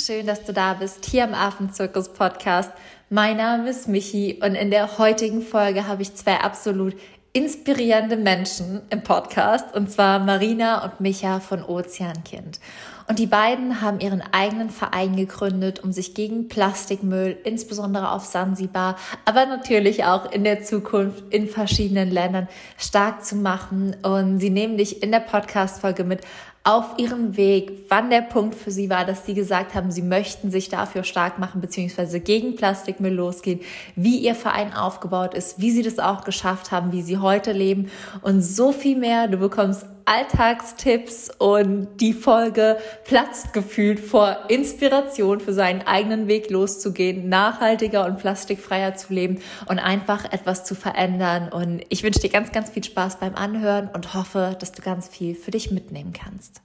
schön, dass du da bist, hier im Affenzirkus-Podcast. Mein Name ist Michi und in der heutigen Folge habe ich zwei absolut inspirierende Menschen im Podcast, und zwar Marina und Micha von Ozeankind. Und die beiden haben ihren eigenen Verein gegründet, um sich gegen Plastikmüll, insbesondere auf Sansibar, aber natürlich auch in der Zukunft in verschiedenen Ländern stark zu machen. Und sie nehmen dich in der Podcast-Folge mit auf ihren Weg, wann der Punkt für sie war, dass sie gesagt haben, sie möchten sich dafür stark machen, beziehungsweise gegen Plastikmüll losgehen, wie ihr Verein aufgebaut ist, wie sie das auch geschafft haben, wie sie heute leben und so viel mehr. Du bekommst Alltagstipps und die Folge platzt gefühlt vor Inspiration für seinen eigenen Weg loszugehen, nachhaltiger und plastikfreier zu leben und einfach etwas zu verändern. Und ich wünsche dir ganz, ganz viel Spaß beim Anhören und hoffe, dass du ganz viel für dich mitnehmen kannst.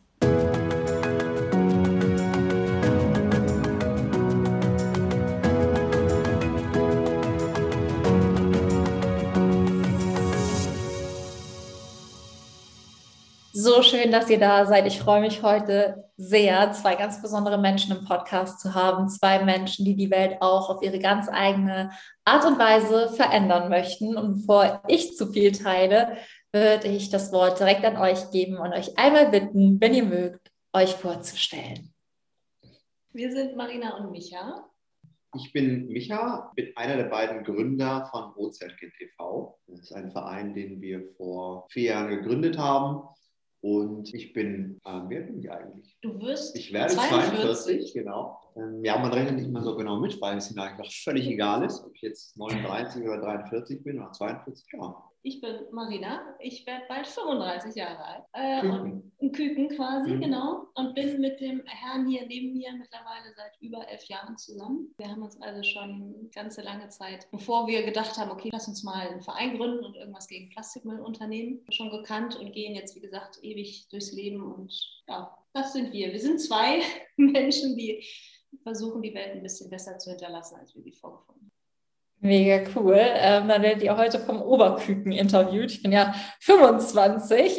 So schön, dass ihr da seid. Ich freue mich heute sehr, zwei ganz besondere Menschen im Podcast zu haben. Zwei Menschen, die die Welt auch auf ihre ganz eigene Art und Weise verändern möchten. Und bevor ich zu viel teile, würde ich das Wort direkt an euch geben und euch einmal bitten, wenn ihr mögt, euch vorzustellen. Wir sind Marina und Micha. Ich bin Micha, bin einer der beiden Gründer von Ozeankind e.V. Das ist ein Verein, den wir vor 4 Jahren gegründet haben. Und ich bin, wie alt bin ich eigentlich? Ich werde 42, genau. Ja, man rechnet nicht mal so genau mit, weil es ihnen eigentlich völlig egal ist, ob ich jetzt 39 oder 43 bin oder 42 Jahre. Ich bin Marina, ich werde bald 35 Jahre alt. Und ein Küken quasi, genau. Und bin mit dem Herrn hier neben mir mittlerweile seit über 11 Jahren zusammen. Wir haben uns also schon ganz lange Zeit, bevor wir gedacht haben, okay, lass uns mal einen Verein gründen und irgendwas gegen Plastikmüll unternehmen, schon gekannt und gehen jetzt, wie gesagt, ewig durchs Leben. Und ja, das sind wir. Wir sind zwei Menschen, die versuchen, die Welt ein bisschen besser zu hinterlassen, als wir sie vorgefunden haben. Mega cool. Dann werdet ihr heute vom Oberküken interviewt. Ich bin ja 25,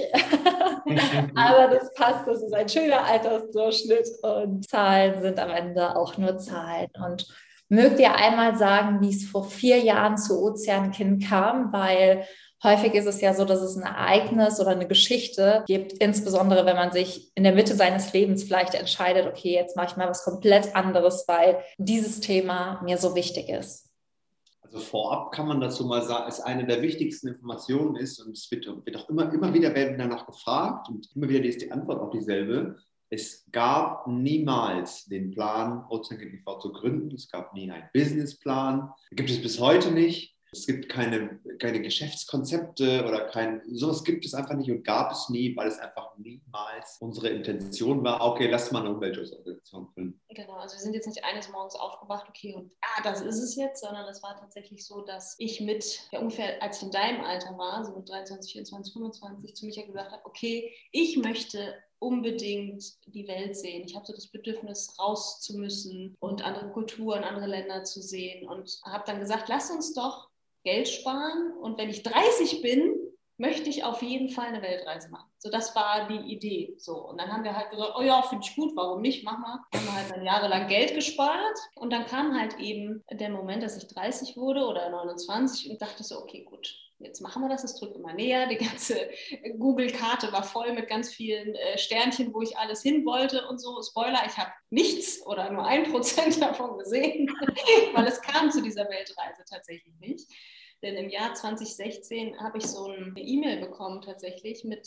aber das passt. Das ist ein schöner Altersdurchschnitt und Zahlen sind am Ende auch nur Zahlen. Und mögt ihr einmal sagen, wie es vor 4 Jahren zu Ozeankind kam? Weil häufig ist es ja so, dass es ein Ereignis oder eine Geschichte gibt, insbesondere wenn man sich in der Mitte seines Lebens vielleicht entscheidet, okay, jetzt mache ich mal was komplett anderes, weil dieses Thema mir so wichtig ist. Also vorab kann man dazu mal sagen, es eine der wichtigsten Informationen ist, und es wird auch immer wieder werden danach gefragt und immer wieder ist die Antwort auch dieselbe. Es gab niemals den Plan, Ozeankind e.V. zu gründen. Es gab nie einen Businessplan. Gibt es bis heute nicht. Es gibt keine Geschäftskonzepte oder sowas gibt es einfach nicht und gab es nie, weil es einfach niemals unsere Intention war, okay, lass mal eine Umweltschutzorganisation gründen. Genau, also wir sind jetzt nicht eines Morgens aufgewacht, okay, und das ist es jetzt, sondern es war tatsächlich so, dass ich ungefähr, als ich in deinem Alter war, so mit 23, 24, 25, zu Micha gesagt habe, okay, ich möchte unbedingt die Welt sehen. Ich habe so das Bedürfnis, raus zu müssen und andere Kulturen, andere Länder zu sehen und habe dann gesagt, lass uns doch Geld sparen und wenn ich 30 bin, möchte ich auf jeden Fall eine Weltreise machen. So, das war die Idee. So, und dann haben wir halt gesagt, oh ja, finde ich gut, warum nicht, mach mal. Dann haben wir halt dann jahrelang Geld gespart und dann kam halt eben der Moment, dass ich 30 wurde oder 29 und dachte so, okay, gut, jetzt machen wir das, es drückt immer näher. Die ganze Google-Karte war voll mit ganz vielen Sternchen, wo ich alles hin wollte und so. Spoiler, ich habe nichts oder nur 1% davon gesehen, weil es kam zu dieser Weltreise tatsächlich nicht. Denn im Jahr 2016 habe ich so eine E-Mail bekommen tatsächlich mit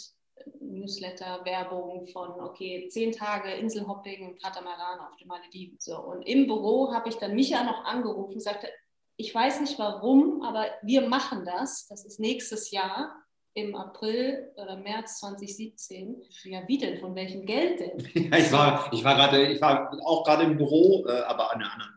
Newsletter-Werbung von, okay, 10 Tage Inselhopping im Katamaran auf den Malediven. So, und im Büro habe ich dann Micha noch angerufen und sagte, ich weiß nicht warum, aber wir machen das. Das ist nächstes Jahr im April oder März 2017. Ja, wie denn? Von welchem Geld denn? Ja, ich war auch gerade im Büro, aber an einer anderen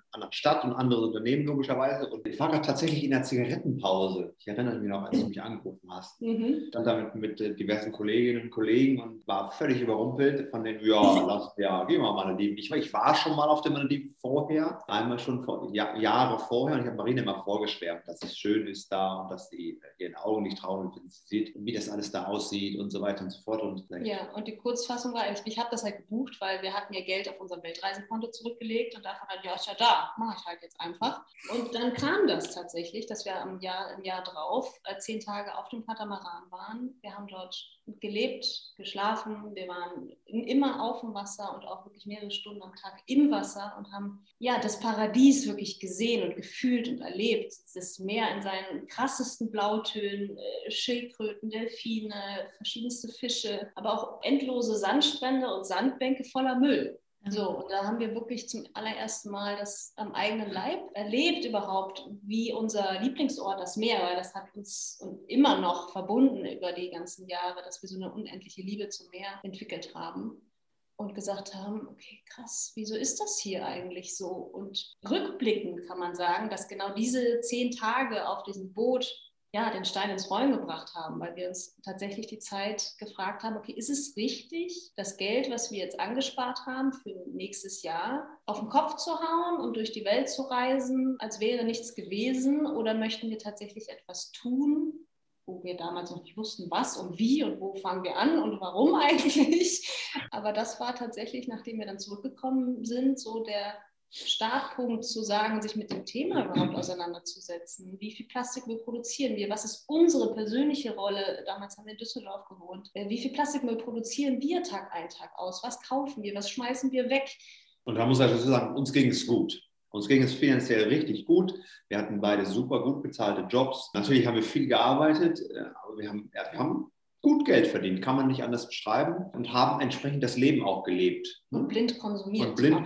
anderen Stadt und andere Unternehmen logischerweise. Und ich war gerade tatsächlich in der Zigarettenpause. Ich erinnere mich noch, als du mich angerufen hast. Mhm. Stand da mit diversen Kolleginnen und Kollegen und war völlig überrumpelt von den, gehen wir mal Malediven. Ich war schon mal auf den Malediven vorher, einmal schon Jahre vorher, und ich habe Marina immer vorgeschwärmt, dass es schön ist da und dass sie ihren Augen nicht trauen, wenn sie sieht, wie das alles da aussieht und so weiter und so fort. Und die Kurzfassung war eigentlich, ich habe das halt gebucht, weil wir hatten ja Geld auf unserem Weltreisekonto zurückgelegt und davon halt, ja, ist ja da, mache ich halt jetzt einfach. Und dann kam das tatsächlich, dass wir im Jahr drauf 10 Tage auf dem Katamaran waren. Wir haben dort gelebt, geschlafen, wir waren immer auf dem Wasser und auch wirklich mehrere Stunden am Tag im Wasser und haben das Paradies wirklich gesehen und gefühlt und erlebt. Das Meer in seinen krassesten Blautönen, Schildkröten, Delfine, verschiedenste Fische, aber auch endlose Sandstrände und Sandbänke voller Müll. So, und da haben wir wirklich zum allerersten Mal das am eigenen Leib erlebt überhaupt, wie unser Lieblingsort, das Meer, weil das hat uns immer noch verbunden über die ganzen Jahre, dass wir so eine unendliche Liebe zum Meer entwickelt haben und gesagt haben, okay, krass, wieso ist das hier eigentlich so? Und rückblickend kann man sagen, dass genau diese 10 Tage auf diesem Boot den Stein ins Rollen gebracht haben, weil wir uns tatsächlich die Zeit gefragt haben, okay, ist es richtig, das Geld, was wir jetzt angespart haben für nächstes Jahr, auf den Kopf zu hauen und durch die Welt zu reisen, als wäre nichts gewesen, oder möchten wir tatsächlich etwas tun, wo wir damals noch nicht wussten, was und wie und wo fangen wir an und warum eigentlich. Aber das war tatsächlich, nachdem wir dann zurückgekommen sind, so der Startpunkt zu sagen, sich mit dem Thema überhaupt auseinanderzusetzen. Wie viel Plastikmüll produzieren wir? Was ist unsere persönliche Rolle? Damals haben wir in Düsseldorf gewohnt. Wie viel Plastikmüll produzieren wir Tag ein, Tag aus? Was kaufen wir? Was schmeißen wir weg? Und da muss ich also sagen, uns ging es gut. Uns ging es finanziell richtig gut. Wir hatten beide super gut bezahlte Jobs. Natürlich haben wir viel gearbeitet, aber wir haben gut Geld verdient, kann man nicht anders beschreiben, und haben entsprechend das Leben auch gelebt. Und blind konsumiert.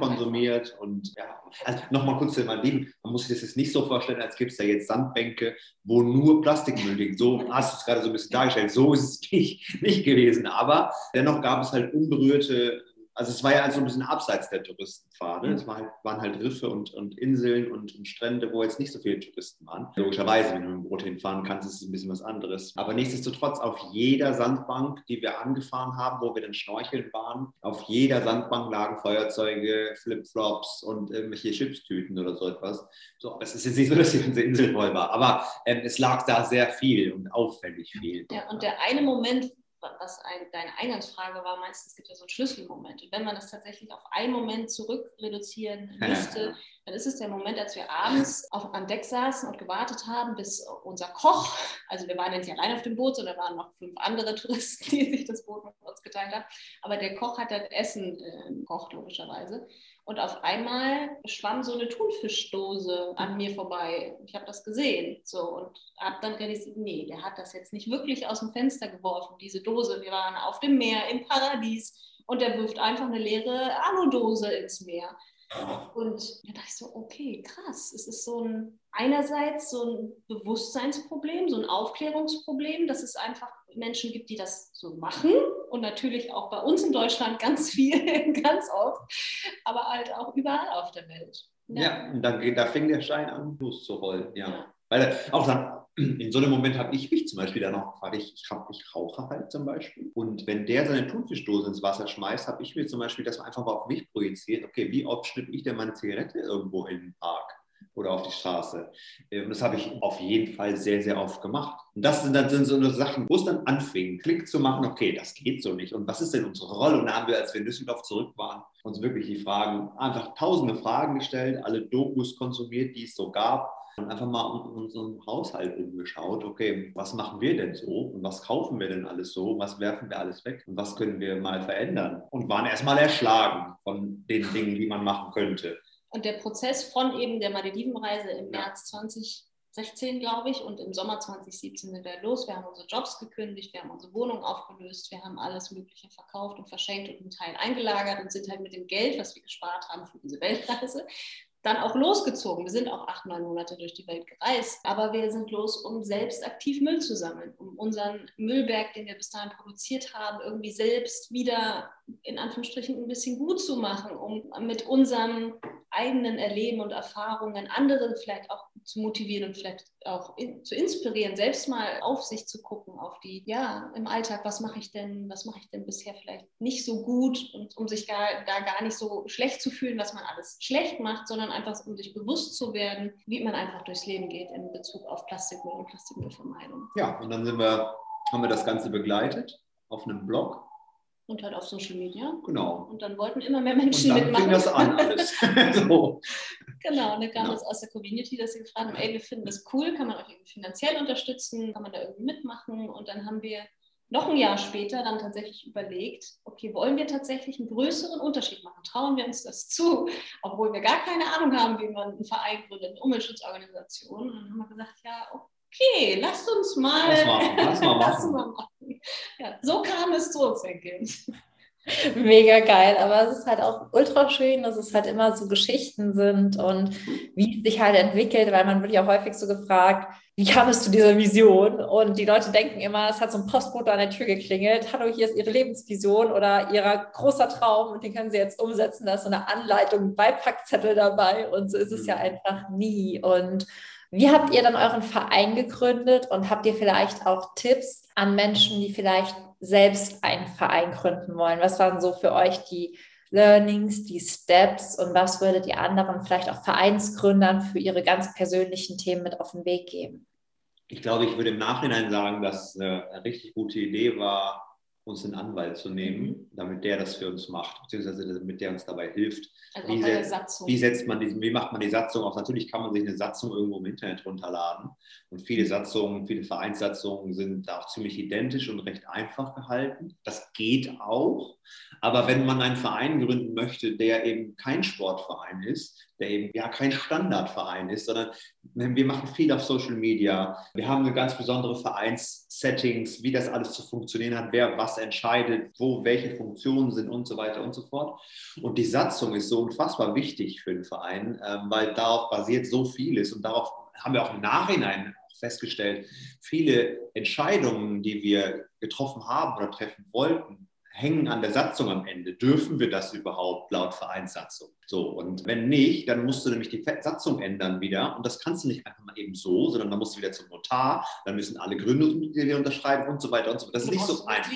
Und also nochmal kurz zu Malediven. Man muss sich das jetzt nicht so vorstellen, als gibt es da jetzt Sandbänke, wo nur Plastikmüll liegt. So hast du es gerade so ein bisschen dargestellt. So ist es nicht gewesen. Aber dennoch gab es halt unberührte, also es war ja also ein bisschen abseits der Touristenpfade. Es waren halt Riffe und Inseln und Strände, wo jetzt nicht so viele Touristen waren. Logischerweise, wenn du mit dem Boot hinfahren kannst, ist es ein bisschen was anderes. Aber nichtsdestotrotz, auf jeder Sandbank, die wir angefahren haben, wo wir dann schnorcheln waren, auf jeder Sandbank lagen Feuerzeuge, Flipflops und irgendwelche Chipstüten oder so etwas. So, es ist jetzt nicht so, dass die ganze Insel voll war, aber es lag da sehr viel und auffällig viel. Ja, und der eine Moment, was deine Eingangsfrage war, meistens gibt es ja so einen Schlüsselmoment. Und wenn man das tatsächlich auf einen Moment zurück reduzieren müsste, dann ist es der Moment, als wir abends an Deck saßen und gewartet haben, bis unser Koch, also wir waren ja nicht allein auf dem Boot, sondern waren noch 5 andere Touristen, die sich das Boot mit uns geteilt haben, aber der Koch hat dann Essen gekocht, logischerweise. Und auf einmal schwamm so eine Thunfischdose an mir vorbei. Ich habe das gesehen. So, und habe dann realisiert, nee, der hat das jetzt nicht wirklich aus dem Fenster geworfen, diese Dose. Wir waren auf dem Meer, im Paradies. Und der wirft einfach eine leere Aludose ins Meer. Und da dachte ich so, okay, krass. Es ist einerseits so ein Bewusstseinsproblem, so ein Aufklärungsproblem, dass es einfach Menschen gibt, die das so machen, und natürlich auch bei uns in Deutschland ganz viel, ganz oft, aber halt auch überall auf der Welt. Ja, und da fing der Stein an, loszurollen. Ja. Weil auch dann, in so einem Moment habe ich mich zum Beispiel dann noch gefragt, ich rauche halt zum Beispiel. Und wenn der seine Thunfischdose ins Wasser schmeißt, habe ich mir zum Beispiel das einfach mal auf mich projiziert. Okay, wie oft schnippe ich denn meine Zigarette irgendwo in den Park oder auf die Straße? Und das habe ich auf jeden Fall sehr, sehr oft gemacht. Und das sind so Sachen, wo es dann anfing, Klick zu machen, okay, das geht so nicht. Und was ist denn unsere Rolle? Und da haben wir, als wir in Düsseldorf zurück waren, uns wirklich die Fragen, einfach tausende Fragen gestellt, alle Dokus konsumiert, die es so gab. Und einfach mal unseren Haushalt umgeschaut. Okay, was machen wir denn so? Und was kaufen wir denn alles so? Was werfen wir alles weg? Und was können wir mal verändern? Und waren erstmal erschlagen von den Dingen, die man machen könnte. Und der Prozess von eben der Maledivenreise im März 2016, glaube ich, und im Sommer 2017 sind wir los. Wir haben unsere Jobs gekündigt, wir haben unsere Wohnung aufgelöst, wir haben alles Mögliche verkauft und verschenkt und einen Teil eingelagert und sind halt mit dem Geld, was wir gespart haben für diese Weltreise, dann auch losgezogen. Wir sind auch 8, 9 Monate durch die Welt gereist, aber wir sind los, um selbst aktiv Müll zu sammeln, um unseren Müllberg, den wir bis dahin produziert haben, irgendwie selbst wieder in Anführungsstrichen ein bisschen gut zu machen, um mit unserem eigenen Erleben und Erfahrungen, andere vielleicht auch zu motivieren und vielleicht auch zu inspirieren, selbst mal auf sich zu gucken, auf die, ja, im Alltag, was mache ich denn bisher vielleicht nicht so gut, und um sich da gar nicht so schlecht zu fühlen, was man alles schlecht macht, sondern einfach, um sich bewusst zu werden, wie man einfach durchs Leben geht in Bezug auf Plastikmüll und Plastikmüllvermeidung. Ja, und dann haben wir das Ganze begleitet auf einem Blog. Und halt auf Social Media. Genau. Und dann wollten immer mehr Menschen und dann mitmachen. Fing das an alles. So. Genau, und dann kam das aus der Community, dass sie gefragt haben, ey, wir finden das cool, kann man euch irgendwie finanziell unterstützen, kann man da irgendwie mitmachen? Und dann haben wir noch ein Jahr später dann tatsächlich überlegt, okay, wollen wir tatsächlich einen größeren Unterschied machen? Trauen wir uns das zu? Obwohl wir gar keine Ahnung haben, wie man einen Verein gründet, eine Umweltschutzorganisation. Und dann haben wir gesagt, ja, okay, lasst uns mal Lass mal machen. Ja, so kam es zu uns, Kind. Mega geil, aber es ist halt auch ultra schön, dass es halt immer so Geschichten sind und wie es sich halt entwickelt, weil man wird ja häufig so gefragt, wie kam es zu dieser Vision? Und die Leute denken immer, es hat so ein Postbote an der Tür geklingelt, hallo, hier ist ihre Lebensvision oder ihr großer Traum und den können sie jetzt umsetzen, da ist so eine Anleitung, Beipackzettel dabei und so ist es ja einfach nie. Und wie habt ihr dann euren Verein gegründet und habt ihr vielleicht auch Tipps an Menschen, die vielleicht selbst einen Verein gründen wollen? Was waren so für euch die Learnings, die Steps und was würdet ihr anderen, vielleicht auch Vereinsgründern, für ihre ganz persönlichen Themen mit auf den Weg geben? Ich glaube, ich würde im Nachhinein sagen, dass eine richtig gute Idee war, uns einen Anwalt zu nehmen, damit der das für uns macht, beziehungsweise damit der uns dabei hilft. Also wie macht man die Satzung auf? Natürlich kann man sich eine Satzung irgendwo im Internet runterladen und viele Vereinssatzungen sind da auch ziemlich identisch und recht einfach gehalten. Das geht auch, aber wenn man einen Verein gründen möchte, der eben kein Sportverein ist, der eben ja kein Standardverein ist, sondern wir machen viel auf Social Media. Wir haben eine ganz besondere Vereinssettings, wie das alles zu funktionieren hat, wer was entscheidet, wo welche Funktionen sind und so weiter und so fort. Und die Satzung ist so unfassbar wichtig für den Verein, weil darauf basiert so vieles und darauf haben wir auch im Nachhinein festgestellt, viele Entscheidungen, die wir getroffen haben oder treffen wollten, hängen an der Satzung am Ende. Dürfen wir das überhaupt laut Vereinssatzung? So, und wenn nicht, dann musst du nämlich die Satzung ändern wieder. Und das kannst du nicht einfach mal eben so, sondern dann musst du wieder zum Notar, dann müssen alle Gründungsmitglieder unterschreiben und so weiter und so fort. Das ist nicht so einfach.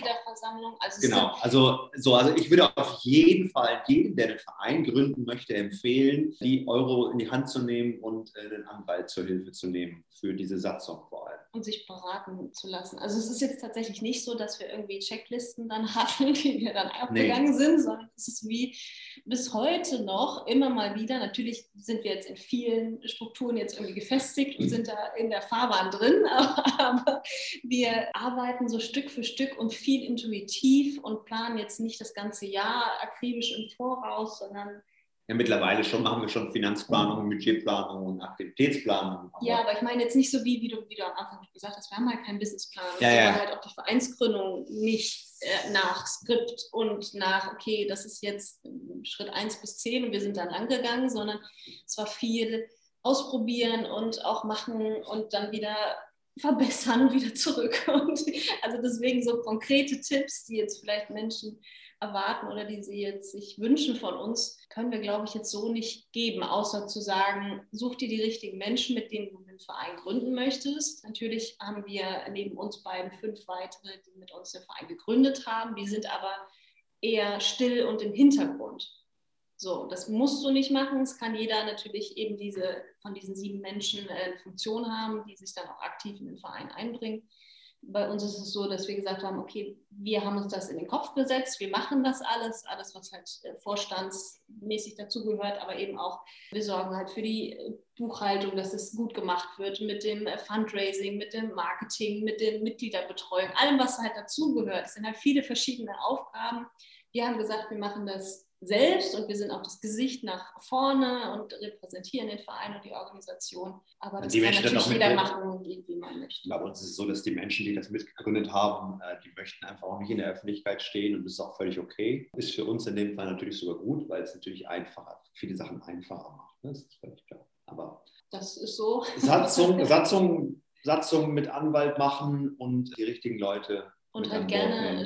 Genau, also ich würde auf jeden Fall jedem, der einen Verein gründen möchte, empfehlen, die Euro in die Hand zu nehmen und einen Anwalt zur Hilfe zu nehmen für diese Satzung vor allem. Und sich beraten zu lassen. Also es ist jetzt tatsächlich nicht so, dass wir irgendwie Checklisten dann hatten, die wir dann abgegangen sind, sondern es ist wie bis heute noch immer mal wieder, natürlich sind wir jetzt in vielen Strukturen jetzt irgendwie gefestigt und sind da in der Fahrbahn drin, aber wir arbeiten so Stück für Stück und viel intuitiv und planen jetzt nicht das ganze Jahr akribisch im Voraus, sondern ja, mittlerweile machen wir schon Finanzplanung, Budgetplanung und Aktivitätsplanung. Ja, aber ich meine jetzt nicht so wie du am Anfang gesagt hast, wir haben halt keinen Businessplan. Ja, ja. Halt auch die Vereinsgründung nicht nach Skript und nach, okay, das ist jetzt Schritt 1 bis 10 und wir sind dann lang gegangen, sondern es war viel ausprobieren und auch machen und dann wieder verbessern und wieder zurück. Und also deswegen so konkrete Tipps, die jetzt vielleicht Menschen erwarten oder die sie jetzt sich wünschen von uns, können wir, glaube ich, jetzt so nicht geben, außer zu sagen, such dir die richtigen Menschen, mit denen du einen Verein gründen möchtest. Natürlich haben wir neben uns beiden 5 weitere, die mit uns den Verein gegründet haben. Die sind aber eher still und im Hintergrund. So, das musst du nicht machen. Es kann jeder natürlich eben von diesen 7 Menschen eine Funktion haben, die sich dann auch aktiv in den Verein einbringen. Bei uns ist es so, dass wir gesagt haben, okay, wir haben uns das in den Kopf gesetzt, wir machen das alles, was halt vorstandsmäßig dazugehört, aber eben auch, wir sorgen halt für die Buchhaltung, dass es gut gemacht wird mit dem Fundraising, mit dem Marketing, mit der Mitgliederbetreuung, allem, was halt dazugehört. Es sind halt viele verschiedene Aufgaben. Wir haben gesagt, wir machen das selbst und wir sind auch das Gesicht nach vorne und repräsentieren den Verein und die Organisation. Aber das kann natürlich jeder machen, wie man möchte. Bei uns ist es so, dass die Menschen, die das mitgegründet haben, die möchten einfach auch nicht in der Öffentlichkeit stehen und das ist auch völlig okay. Ist für uns in dem Fall natürlich sogar gut, weil es natürlich viele Sachen einfacher macht. Das ist völlig klar. Aber das ist so. Satzung mit Anwalt machen und die richtigen Leute. Und halt gerne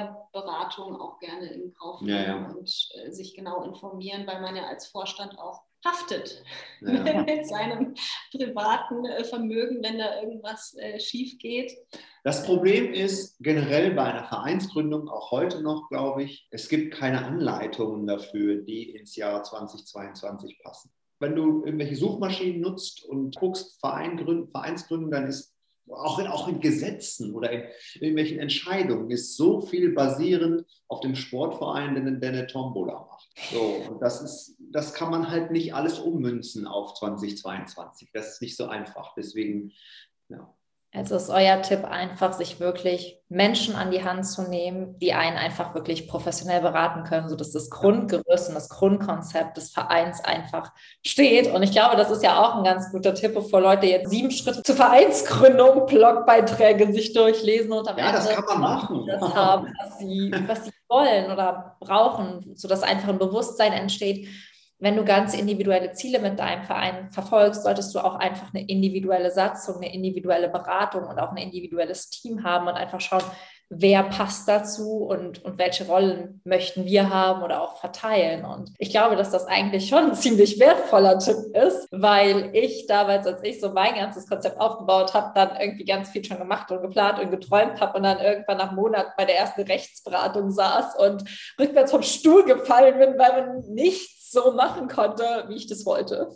Steuerberatung auch gerne in Kauf nehmen und sich genau informieren, weil man ja als Vorstand auch haftet Ja. mit seinem privaten Vermögen, wenn da irgendwas schief geht. Das Problem ist generell bei einer Vereinsgründung, auch heute noch, glaube ich, es gibt keine Anleitungen dafür, die ins Jahr 2022 passen. Wenn du irgendwelche Suchmaschinen nutzt und guckst Vereinsgründung, dann ist auch in Gesetzen oder in irgendwelchen Entscheidungen ist so viel basierend auf dem Sportverein, der eine Tombola macht. So, und das kann man halt nicht alles ummünzen auf 2022. Das ist nicht so einfach. Deswegen, ja. Also ist euer Tipp einfach, sich wirklich Menschen an die Hand zu nehmen, die einen einfach wirklich professionell beraten können, sodass das Grundgerüst und das Grundkonzept des Vereins einfach steht. Und ich glaube, das ist ja auch ein ganz guter Tipp, bevor Leute jetzt 7 Schritte zur Vereinsgründung, Blogbeiträge sich durchlesen und am Ende das kann man machen. Das haben, was sie wollen oder brauchen, sodass einfach ein Bewusstsein entsteht. Wenn du ganz individuelle Ziele mit deinem Verein verfolgst, solltest du auch einfach eine individuelle Satzung, eine individuelle Beratung und auch ein individuelles Team haben und einfach schauen, wer passt dazu und welche Rollen möchten wir haben oder auch verteilen. Und ich glaube, dass das eigentlich schon ein ziemlich wertvoller Tipp ist, weil ich damals, als ich so mein ganzes Konzept aufgebaut habe, dann irgendwie ganz viel schon gemacht und geplant und geträumt habe und dann irgendwann nach Monaten bei der ersten Rechtsberatung saß und rückwärts vom Stuhl gefallen bin, weil man nichts so machen konnte, wie ich das wollte.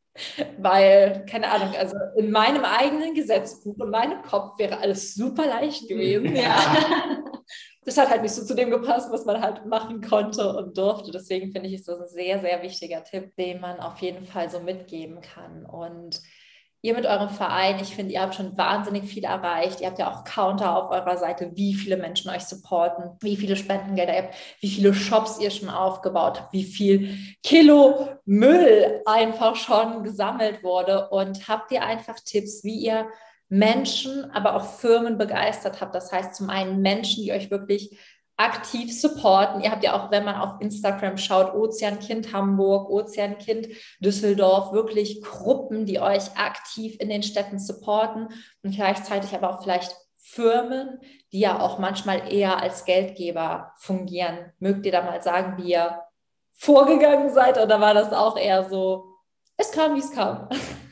Weil, keine Ahnung, also in meinem eigenen Gesetzbuch, in meinem Kopf wäre alles super leicht gewesen. Ja. Das hat halt nicht so zu dem gepasst, was man halt machen konnte und durfte. Deswegen finde ich, ist das ein sehr, sehr wichtiger Tipp, den man auf jeden Fall so mitgeben kann. Und ihr mit eurem Verein, ich finde, ihr habt schon wahnsinnig viel erreicht. Ihr habt ja auch Counter auf eurer Seite, wie viele Menschen euch supporten, wie viele Spendengelder ihr habt, wie viele Shops ihr schon aufgebaut habt, wie viel Kilo Müll einfach schon gesammelt wurde. Und habt ihr einfach Tipps, wie ihr Menschen, aber auch Firmen begeistert habt? Das heißt, zum einen Menschen, die euch wirklich aktiv supporten. Ihr habt ja auch, wenn man auf Instagram schaut, Ozeankind Hamburg, Ozeankind Düsseldorf, wirklich Gruppen, die euch aktiv in den Städten supporten und gleichzeitig aber auch vielleicht Firmen, die ja auch manchmal eher als Geldgeber fungieren. Mögt ihr da mal sagen, wie ihr vorgegangen seid, oder war das auch eher so, es kam, wie es kam?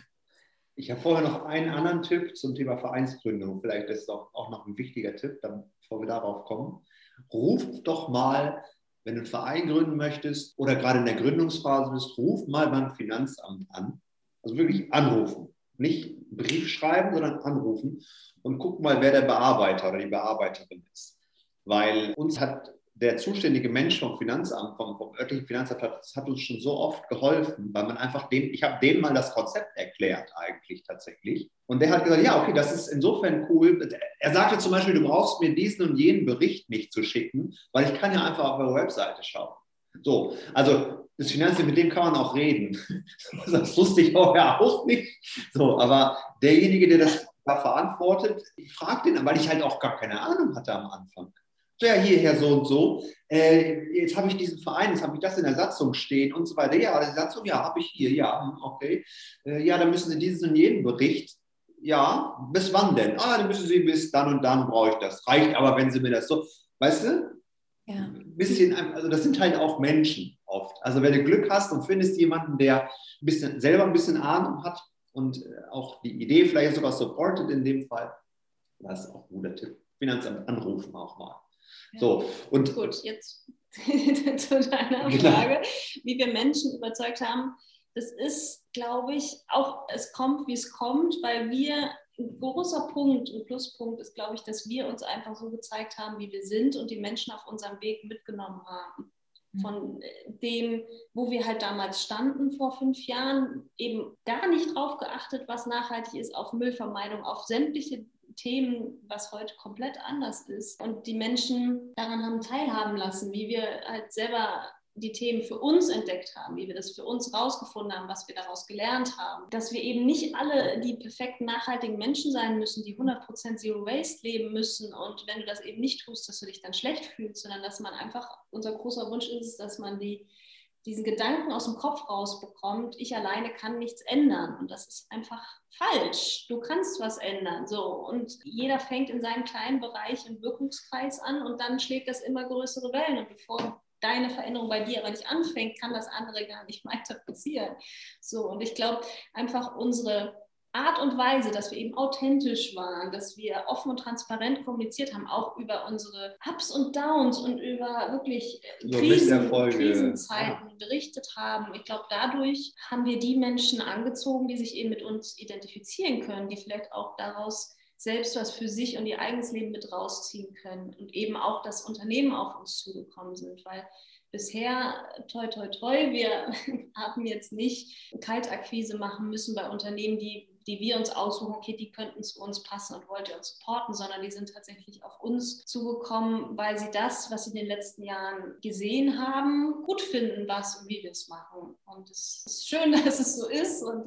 Ich habe vorher noch einen anderen Tipp zum Thema Vereinsgründung. Vielleicht ist es auch noch ein wichtiger Tipp, bevor wir darauf kommen. Ruf doch mal, wenn du einen Verein gründen möchtest oder gerade in der Gründungsphase bist, ruf mal beim Finanzamt an. Also wirklich anrufen. Nicht einen Brief schreiben, sondern anrufen und guck mal, wer der Bearbeiter oder die Bearbeiterin ist. Weil uns hat der zuständige Mensch vom Finanzamt, vom örtlichen Finanzamt, hat uns schon so oft geholfen, weil man einfach ich habe dem mal das Konzept erklärt eigentlich tatsächlich. Und der hat gesagt, ja, okay, das ist insofern cool. Er sagte zum Beispiel, du brauchst mir diesen und jenen Bericht nicht zu schicken, weil ich kann ja einfach auf der Webseite schauen. So, also das Finanzamt, mit dem kann man auch reden. Das wusste ich vorher auch nicht. So, aber derjenige, der das da verantwortet, ich frage den, weil ich halt auch gar keine Ahnung hatte am Anfang. So, ja, hierher so und so. Jetzt habe ich diesen Verein, jetzt habe ich das in der Satzung stehen und so weiter. Ja, die Satzung, ja, habe ich hier, ja, okay. Ja, dann müssen Sie diesen und jeden Bericht. Ja, bis wann denn? Dann müssen Sie bis dann und dann brauche ich das. Reicht aber, wenn Sie mir das so, weißt du? Ja. Ein bisschen, also das sind halt auch Menschen oft. Also wenn du Glück hast und findest jemanden, der selber ein bisschen Ahnung hat und auch die Idee vielleicht sogar supportet in dem Fall, das ist auch ein guter Tipp. Finanzamt anrufen auch mal. Ja. So, und gut, jetzt zu deiner Frage, wie wir Menschen überzeugt haben. Das ist, glaube ich, auch, es kommt, wie es kommt, weil wir, ein großer Punkt, ein Pluspunkt ist, glaube ich, dass wir uns einfach so gezeigt haben, wie wir sind und die Menschen auf unserem Weg mitgenommen haben. Von dem, wo wir halt damals standen vor 5 Jahren, eben gar nicht drauf geachtet, was nachhaltig ist, auf Müllvermeidung, auf sämtliche Themen, was heute komplett anders ist. Und die Menschen daran haben teilhaben lassen, wie wir halt selber die Themen für uns entdeckt haben, wie wir das für uns rausgefunden haben, was wir daraus gelernt haben. Dass wir eben nicht alle die perfekten, nachhaltigen Menschen sein müssen, die 100% Zero Waste leben müssen und wenn du das eben nicht tust, dass du dich dann schlecht fühlst, sondern dass man einfach, unser großer Wunsch ist, dass man diesen Gedanken aus dem Kopf rausbekommt, ich alleine kann nichts ändern und das ist einfach falsch. Du kannst was ändern. So. Und jeder fängt in seinem kleinen Bereich im Wirkungskreis an und dann schlägt das immer größere Wellen und bevor deine Veränderung bei dir aber nicht anfängt, kann das andere gar nicht weiter passieren. So, und ich glaube, einfach unsere Art und Weise, dass wir eben authentisch waren, dass wir offen und transparent kommuniziert haben, auch über unsere Ups und Downs und über wirklich Krisenzeiten berichtet haben. Ich glaube, dadurch haben wir die Menschen angezogen, die sich eben mit uns identifizieren können, die vielleicht auch daraus selbst was für sich und ihr eigenes Leben mit rausziehen können und eben auch das Unternehmen auf uns zugekommen sind, weil bisher, toi, toi, toi, wir haben jetzt nicht Kaltakquise machen müssen bei Unternehmen, die wir uns aussuchen, okay, die könnten zu uns passen und wollt ihr uns supporten, sondern die sind tatsächlich auf uns zugekommen, weil sie das, was sie in den letzten Jahren gesehen haben, gut finden, was und wie wir es machen. Und es ist schön, dass es so ist und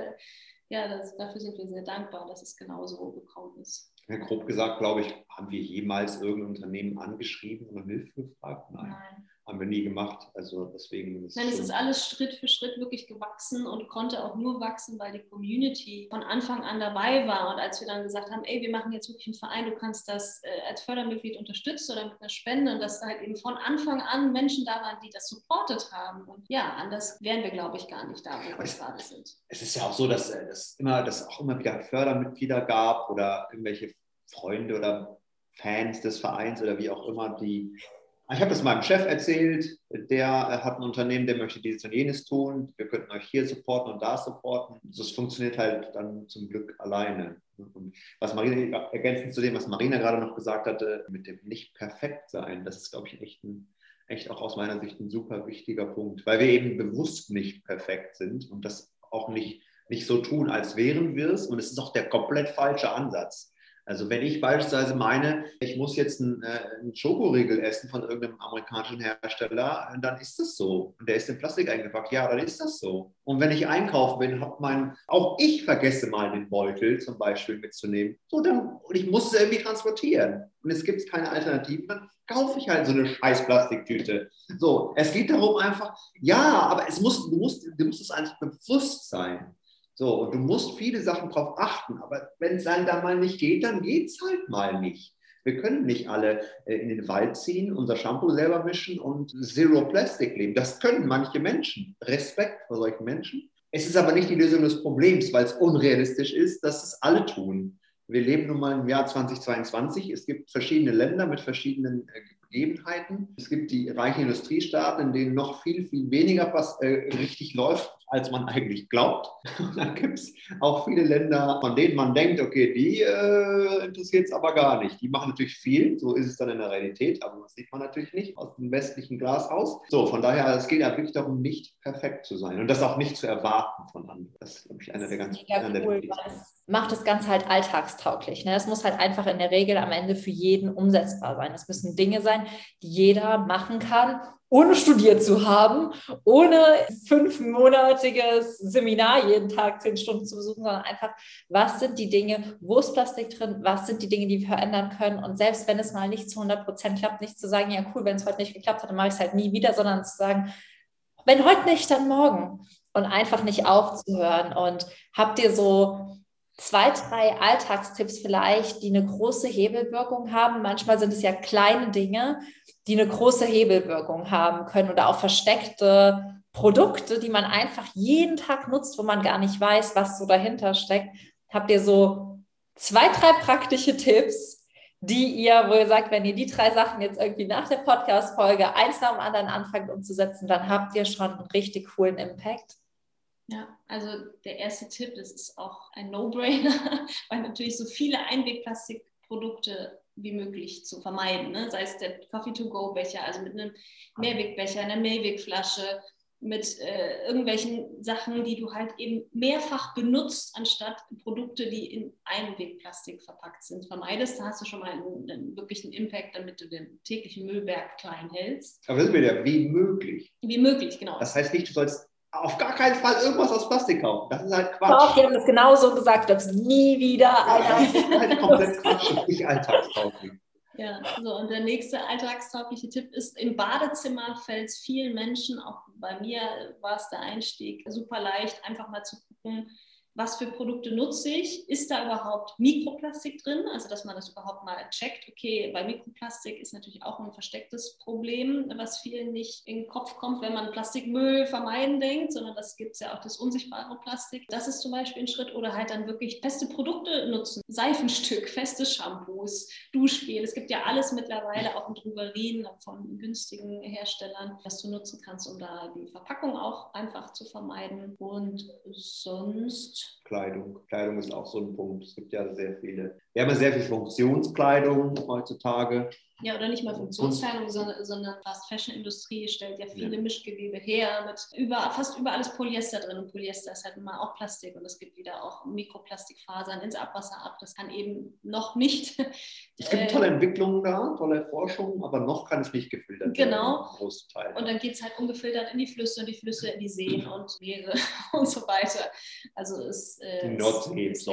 dafür sind wir sehr dankbar, dass es genau so gekommen ist. Ja, grob gesagt, glaube ich, haben wir jemals irgendein Unternehmen angeschrieben und um Hilfe gefragt? Nein. Haben wir nie gemacht. Also deswegen es ist alles Schritt für Schritt wirklich gewachsen und konnte auch nur wachsen, weil die Community von Anfang an dabei war. Und als wir dann gesagt haben, wir machen jetzt wirklich einen Verein, du kannst das als Fördermitglied unterstützen oder mit einer Spende, und dass da halt eben von Anfang an Menschen da waren, die das supportet haben. Und ja, anders wären wir, glaube ich, gar nicht da, wo wir gerade sind. Es ist ja auch so, dass es auch immer wieder Fördermitglieder gab oder irgendwelche Freunde oder Fans des Vereins oder wie auch immer, ich habe das meinem Chef erzählt, der hat ein Unternehmen, der möchte dieses und jenes tun, wir könnten euch hier supporten und da supporten. Das funktioniert halt dann zum Glück alleine. Und was Marina, ergänzend zu dem, was Marina gerade noch gesagt hatte, mit dem Nicht-Perfekt-Sein, das ist, glaube ich, echt auch aus meiner Sicht ein super wichtiger Punkt, weil wir eben bewusst nicht perfekt sind und das auch nicht so tun, als wären wir es. Und es ist auch der komplett falsche Ansatz. Also wenn ich beispielsweise meine, ich muss jetzt einen Schokoriegel essen von irgendeinem amerikanischen Hersteller, dann ist das so. Und der ist in Plastik eingepackt, ja, dann ist das so. Und wenn ich einkaufen bin, auch ich vergesse mal den Beutel zum Beispiel mitzunehmen. Und ich muss es irgendwie transportieren. Und es gibt keine Alternativen, dann kaufe ich halt so eine scheiß Plastiktüte. So, es geht darum einfach, ja, aber du musst es einfach bewusst sein. So, und du musst viele Sachen drauf achten, aber wenn es dann mal nicht geht, dann geht es halt mal nicht. Wir können nicht alle in den Wald ziehen, unser Shampoo selber mischen und Zero Plastic leben. Das können manche Menschen. Respekt vor solchen Menschen. Es ist aber nicht die Lösung des Problems, weil es unrealistisch ist, dass es alle tun. Wir leben nun mal im Jahr 2022. Es gibt verschiedene Länder mit verschiedenen Gegebenheiten. Es gibt die reichen Industriestaaten, in denen noch viel, viel weniger was richtig läuft, als man eigentlich glaubt. Und dann gibt es auch viele Länder, von denen man denkt, okay, die interessiert es aber gar nicht. Die machen natürlich viel, so ist es dann in der Realität, aber das sieht man natürlich nicht aus dem westlichen Glashaus. So, von daher, es geht ja wirklich darum, nicht perfekt zu sein und das auch nicht zu erwarten von anderen. Das ist, glaube ich, einer der ganz cool, macht das Ganze halt alltagstauglich. Ne? Das muss halt einfach in der Regel am Ende für jeden umsetzbar sein. Es müssen Dinge sein, die jeder machen kann, ohne studiert zu haben, ohne 5-monatiges Seminar jeden Tag 10 Stunden zu besuchen, sondern einfach, was sind die Dinge, wo ist Plastik drin, was sind die Dinge, die wir verändern können, und selbst wenn es mal nicht zu 100% klappt, nicht zu sagen, ja cool, wenn es heute nicht geklappt hat, dann mache ich es halt nie wieder, sondern zu sagen, wenn heute nicht, dann morgen, und einfach nicht aufzuhören. Und habt ihr so 2, 3 Alltagstipps vielleicht, die eine große Hebelwirkung haben? Manchmal sind es ja kleine Dinge, die eine große Hebelwirkung haben können, oder auch versteckte Produkte, die man einfach jeden Tag nutzt, wo man gar nicht weiß, was so dahinter steckt. Habt ihr so 2, 3 praktische Tipps, wo ihr sagt, wenn ihr die 3 Sachen jetzt irgendwie nach der Podcast-Folge eins nach dem anderen anfangt umzusetzen, dann habt ihr schon einen richtig coolen Impact? Ja, also der erste Tipp, das ist auch ein No-Brainer, weil natürlich so viele Einwegplastikprodukte wie möglich zu vermeiden, ne? Sei es der Coffee-to-go-Becher, also mit einem Mehrwegbecher, einer Mehrwegflasche, mit irgendwelchen Sachen, die du halt eben mehrfach benutzt, anstatt Produkte, die in Einwegplastik verpackt sind, vermeidest. Da hast du schon mal einen wirklichen Impact, damit du den täglichen Müllberg klein hältst. Aber das ist wieder wie möglich. Wie möglich, genau. Das heißt nicht, du sollst auf gar keinen Fall irgendwas aus Plastik kaufen. Das ist halt Quatsch. Doch, die haben das genauso gesagt, dass nie wieder einer. Das ist halt komplett Quatsch und nicht alltagstauglich. Ja, so, und der nächste alltagstaugliche Tipp ist, im Badezimmer fällt es vielen Menschen, auch bei mir war es der Einstieg, super leicht, einfach mal zu gucken, was für Produkte nutze ich, ist da überhaupt Mikroplastik drin, also dass man das überhaupt mal checkt. Okay, bei Mikroplastik ist natürlich auch ein verstecktes Problem, was vielen nicht in den Kopf kommt, wenn man Plastikmüll vermeiden denkt, sondern das gibt es ja auch das unsichtbare Plastik. Das ist zum Beispiel ein Schritt, oder halt dann wirklich feste Produkte nutzen, Seifenstück, feste Shampoos, Duschgel. Es gibt ja alles mittlerweile auch in Drogerien von günstigen Herstellern, was du nutzen kannst, um da die Verpackung auch einfach zu vermeiden. Und sonst Kleidung. Kleidung ist auch so ein Punkt. Es gibt ja sehr viele. Wir haben ja sehr viel Funktionskleidung heutzutage. Ja, oder nicht mal Funktionskleidung, sondern Fast-Fashion-Industrie stellt ja viele Mischgewebe her mit fast überall ist Polyester drin. Und Polyester ist halt immer auch Plastik und es gibt wieder auch Mikroplastikfasern ins Abwasser ab. Das kann eben noch nicht. Es gibt tolle Entwicklungen da, tolle Forschung, aber noch kann es nicht gefiltert werden. Genau. Großteil. Und dann geht es halt ungefiltert in die Flüsse und die Flüsse in die Seen und Meere und so weiter. Also es ist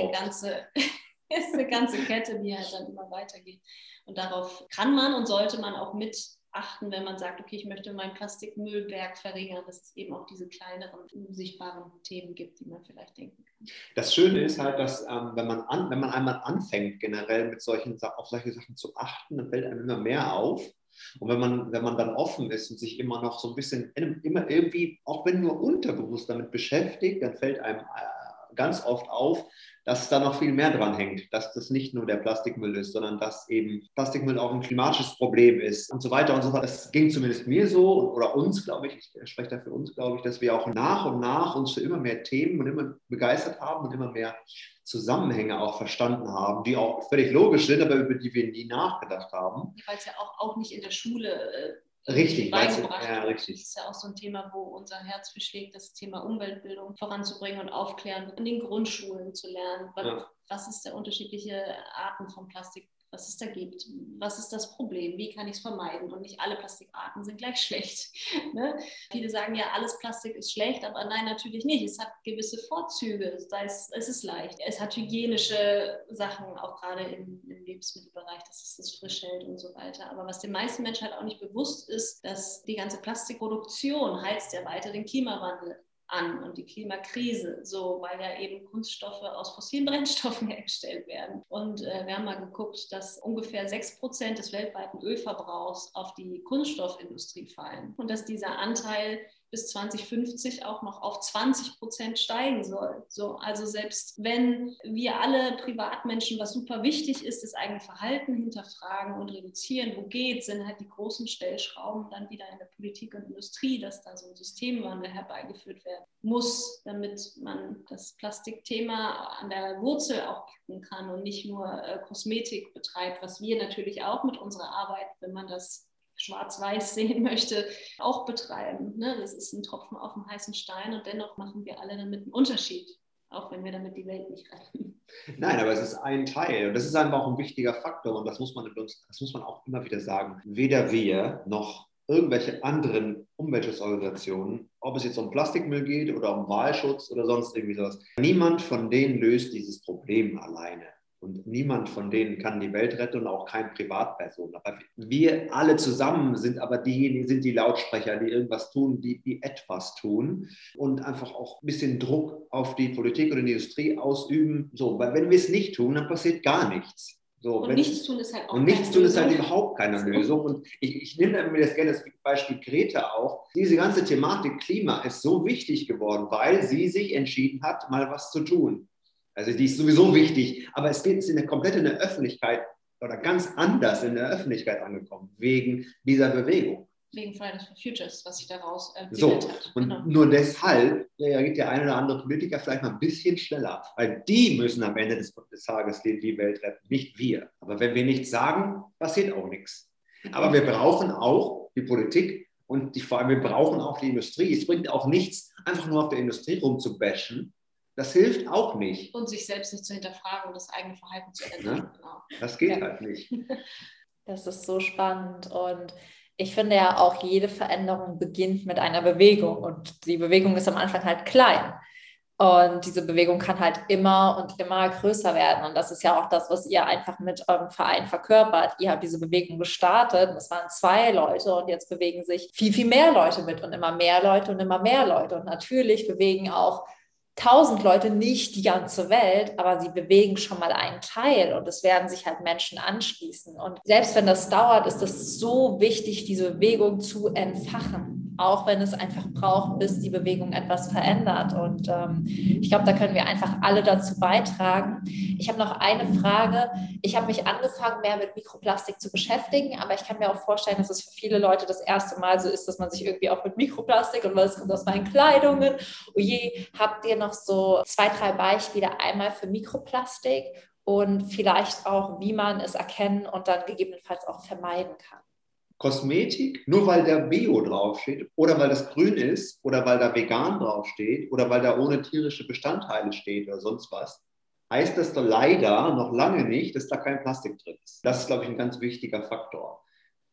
eine ganze Kette, die halt dann immer weitergeht. Und darauf kann man und sollte man auch mit achten, wenn man sagt, okay, ich möchte meinen Plastikmüllberg verringern, dass es eben auch diese kleineren, unsichtbaren Themen gibt, die man vielleicht denken kann. Das Schöne ist halt, dass wenn man einmal anfängt, generell auf solche Sachen zu achten, dann fällt einem immer mehr auf. Und wenn man dann offen ist und sich immer noch so ein bisschen, immer irgendwie, auch wenn nur unterbewusst damit beschäftigt, dann fällt einem ganz oft auf, dass da noch viel mehr dran hängt, dass das nicht nur der Plastikmüll ist, sondern dass eben Plastikmüll auch ein klimatisches Problem ist und so weiter und so fort. Das ging zumindest mir so oder uns, glaube ich spreche da für uns, glaube ich, dass wir auch nach und nach uns für immer mehr Themen und immer begeistert haben und immer mehr Zusammenhänge auch verstanden haben, die auch völlig logisch sind, aber über die wir nie nachgedacht haben. Weil es ja auch nicht in der Schule richtig, beigebracht ja, wird. richtig. Das ist ja auch so ein Thema, wo unser Herz für schlägt, das Thema Umweltbildung voranzubringen und aufklären, in den Grundschulen zu lernen. Was ist der unterschiedliche Arten von Plastik, was es da gibt, was ist das Problem, wie kann ich es vermeiden, und nicht alle Plastikarten sind gleich schlecht. Ne? Viele sagen ja, alles Plastik ist schlecht, aber nein, natürlich nicht. Es hat gewisse Vorzüge, es ist leicht, es hat hygienische Sachen, auch gerade im Lebensmittelbereich, dass es das frisch hält und so weiter. Aber was den meisten Menschen halt auch nicht bewusst ist, dass die ganze Plastikproduktion heizt ja weiter den Klimawandel an und die Klimakrise, so, weil ja eben Kunststoffe aus fossilen Brennstoffen hergestellt werden. Und wir haben mal geguckt, dass ungefähr 6% des weltweiten Ölverbrauchs auf die Kunststoffindustrie fallen und dass dieser Anteil bis 2050 auch noch auf 20% steigen soll. So, also selbst wenn wir alle Privatmenschen, was super wichtig ist, das eigene Verhalten hinterfragen und reduzieren, wo geht, sind halt die großen Stellschrauben dann wieder in der Politik und Industrie, dass da so ein Systemwandel herbeigeführt werden muss, damit man das Plastikthema an der Wurzel auch packen kann und nicht nur Kosmetik betreibt, was wir natürlich auch mit unserer Arbeit, wenn man das schwarz-weiß sehen möchte, auch betreiben. Ne? Das ist ein Tropfen auf dem heißen Stein und dennoch machen wir alle damit einen Unterschied, auch wenn wir damit die Welt nicht retten. Nein, aber es ist ein Teil und das ist einfach auch ein wichtiger Faktor und das muss man auch immer wieder sagen. Weder wir noch irgendwelche anderen Umweltschutzorganisationen, ob es jetzt um Plastikmüll geht oder um Walschutz oder sonst irgendwie sowas, niemand von denen löst dieses Problem alleine. Und niemand von denen kann die Welt retten und auch kein Privatperson. Aber wir alle zusammen sind aber diejenigen, sind die Lautsprecher, die irgendwas tun, die etwas tun und einfach auch ein bisschen Druck auf die Politik oder die Industrie ausüben. So, weil wenn wir es nicht tun, dann passiert gar nichts. So, und nichts tun ist halt auch und nichts tun ist halt überhaupt keine Lösung. Und ich nehme mir das gerne das Beispiel Greta auch. Diese ganze Thematik Klima ist so wichtig geworden, weil sie sich entschieden hat, mal was zu tun. Also die ist sowieso wichtig, aber es geht in der Öffentlichkeit oder ganz anders in der Öffentlichkeit angekommen, wegen dieser Bewegung. Wegen Fridays for Futures, was sich daraus so hat. Und genau. Nur deshalb reagiert der eine oder andere Politiker vielleicht mal ein bisschen schneller, weil die müssen am Ende des Tages die Welt retten, nicht wir. Aber wenn wir nichts sagen, passiert auch nichts. Aber wir brauchen auch die Politik und vor allem wir brauchen auch die Industrie. Es bringt auch nichts, einfach nur auf der Industrie rumzubashen. Das hilft auch nicht. Und sich selbst nicht zu hinterfragen und das eigene Verhalten zu ändern. Ja, genau. Das geht halt nicht. Das ist so spannend und ich finde ja auch, jede Veränderung beginnt mit einer Bewegung und die Bewegung ist am Anfang halt klein und diese Bewegung kann halt immer und immer größer werden und das ist ja auch das, was ihr einfach mit eurem Verein verkörpert. Ihr habt diese Bewegung gestartet, das waren 2 Leute und jetzt bewegen sich viel, viel mehr Leute mit und immer mehr Leute und immer mehr Leute und natürlich bewegen auch 1000 Leute, nicht die ganze Welt, aber sie bewegen schon mal einen Teil und es werden sich halt Menschen anschließen. Und selbst wenn das dauert, ist es so wichtig, diese Bewegung zu entfachen, auch wenn es einfach braucht, bis die Bewegung etwas verändert. Und ich glaube, da können wir einfach alle dazu beitragen. Ich habe noch eine Frage. Ich habe mich angefangen, mehr mit Mikroplastik zu beschäftigen, aber ich kann mir auch vorstellen, dass es für viele Leute das erste Mal so ist, dass man sich irgendwie auch mit Mikroplastik und was kommt aus meinen Kleidungen. Oh je, habt ihr noch so 2, 3 Beispiele einmal für Mikroplastik und vielleicht auch, wie man es erkennen und dann gegebenenfalls auch vermeiden kann? Kosmetik, nur weil da Bio draufsteht oder weil das grün ist oder weil da vegan draufsteht oder weil da ohne tierische Bestandteile steht oder sonst was, heißt das doch leider noch lange nicht, dass da kein Plastik drin ist. Das ist, glaube ich, ein ganz wichtiger Faktor.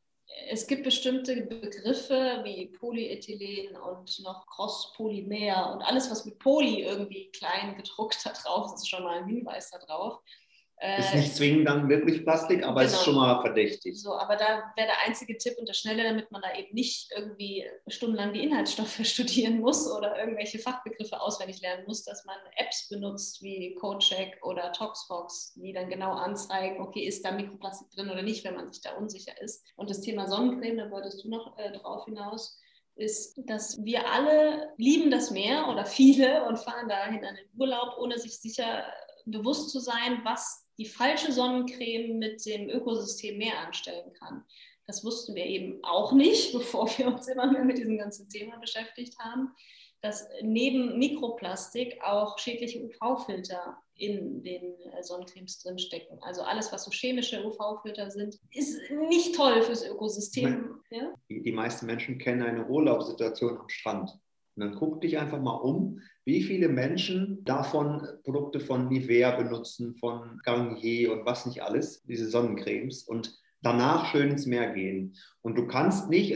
Es gibt bestimmte Begriffe wie Polyethylen und noch Crosspolymer und alles, was mit Poly irgendwie klein gedruckt da drauf ist, schon mal ein Hinweis darauf. Ist nicht zwingend dann wirklich Plastik, aber genau. Ist schon mal verdächtig. So, aber da wäre der einzige Tipp und das Schnelle, damit man da eben nicht irgendwie stundenlang die Inhaltsstoffe studieren muss oder irgendwelche Fachbegriffe auswendig lernen muss, dass man Apps benutzt wie CodeCheck oder ToxFox, die dann genau anzeigen, okay, ist da Mikroplastik drin oder nicht, wenn man sich da unsicher ist. Und das Thema Sonnencreme, da wolltest du noch drauf hinaus, ist, dass wir alle lieben das Meer oder viele und fahren dahin an den Urlaub, ohne sich sicher bewusst zu sein, was die falsche Sonnencreme mit dem Ökosystem Meer anstellen kann. Das wussten wir eben auch nicht, bevor wir uns immer mehr mit diesem ganzen Thema beschäftigt haben, dass neben Mikroplastik auch schädliche UV-Filter in den Sonnencremes drinstecken. Also alles, was so chemische UV-Filter sind, ist nicht toll fürs Ökosystem. Ja? Die meisten Menschen kennen eine Urlaubssituation am Strand. Und dann guck dich einfach mal um, wie viele Menschen davon Produkte von Nivea benutzen, von Garnier und was nicht alles, diese Sonnencremes, und danach schön ins Meer gehen. Und du kannst nicht,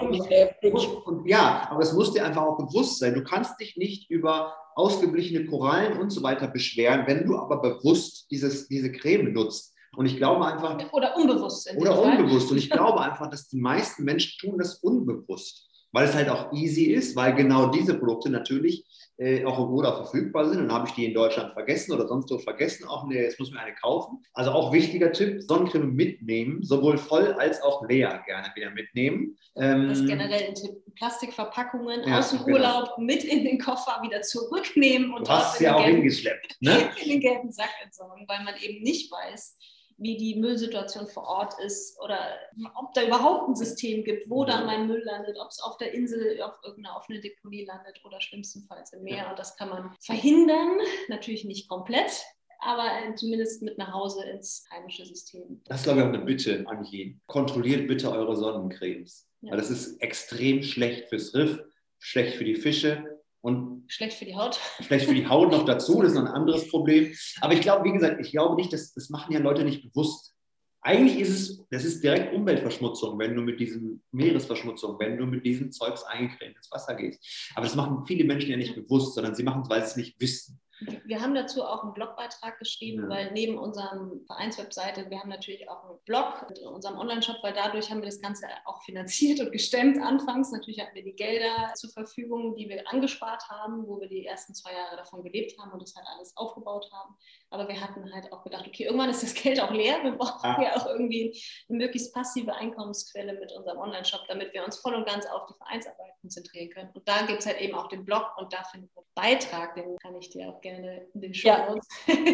ja, aber es muss dir einfach auch bewusst sein, du kannst dich nicht über ausgeblichene Korallen und so weiter beschweren, wenn du aber bewusst diese Creme nutzt. Und ich glaube einfach... Oder unbewusst. Oder unbewusst. Und ich glaube einfach, dass die meisten Menschen tun das unbewusst. Weil es halt auch easy ist, weil genau diese Produkte natürlich auch im Urlaub verfügbar sind. Und dann habe ich die in Deutschland vergessen oder sonst wo vergessen. Auch jetzt muss ich mir eine kaufen. Also auch wichtiger Tipp, Sonnencreme mitnehmen, sowohl voll als auch leer gerne wieder mitnehmen. Das ist generell ein Tipp. Plastikverpackungen aus dem Urlaub mit in den Koffer wieder zurücknehmen. Und du hast es ja auch hingeschleppt. Ne? In den gelben Sack entsorgen, weil man eben nicht weiß, wie die Müllsituation vor Ort ist oder ob da überhaupt ein System gibt, wo dann mein Müll landet, ob es auf der Insel, auf irgendeiner offenen Deponie landet oder schlimmstenfalls im Meer. Und das kann man verhindern, natürlich nicht komplett, aber zumindest mit nach Hause ins heimische System. Das ist, glaube ich, auch eine Bitte an jeden. Kontrolliert bitte eure Sonnencremes, weil das ist extrem schlecht fürs Riff, schlecht für die Fische. Und schlecht für die Haut. Schlecht für die Haut noch dazu, das ist noch ein anderes Problem. Aber ich glaube, wie gesagt, nicht, das machen ja Leute nicht bewusst. Eigentlich das ist direkt Umweltverschmutzung, wenn du mit diesem Meeresverschmutzung, wenn du mit diesem Zeugs eingecremt ins Wasser gehst. Aber das machen viele Menschen ja nicht bewusst, sondern sie machen es, weil sie es nicht wissen. Wir haben dazu auch einen Blogbeitrag geschrieben, weil neben unserem Vereinswebseite, wir haben natürlich auch einen Blog mit unserem Online-Shop, weil dadurch haben wir das Ganze auch finanziert und gestemmt anfangs. Natürlich hatten wir die Gelder zur Verfügung, die wir angespart haben, wo wir die ersten 2 Jahre davon gelebt haben und das halt alles aufgebaut haben. Aber wir hatten halt auch gedacht, okay, irgendwann ist das Geld auch leer. Wir brauchen ja auch irgendwie eine möglichst passive Einkommensquelle mit unserem Online-Shop, damit wir uns voll und ganz auf die Vereinsarbeit konzentrieren können. Und da gibt es halt eben auch den Blog und da findet man einen Beitrag, den kann ich dir auch gerne in den Shownotes.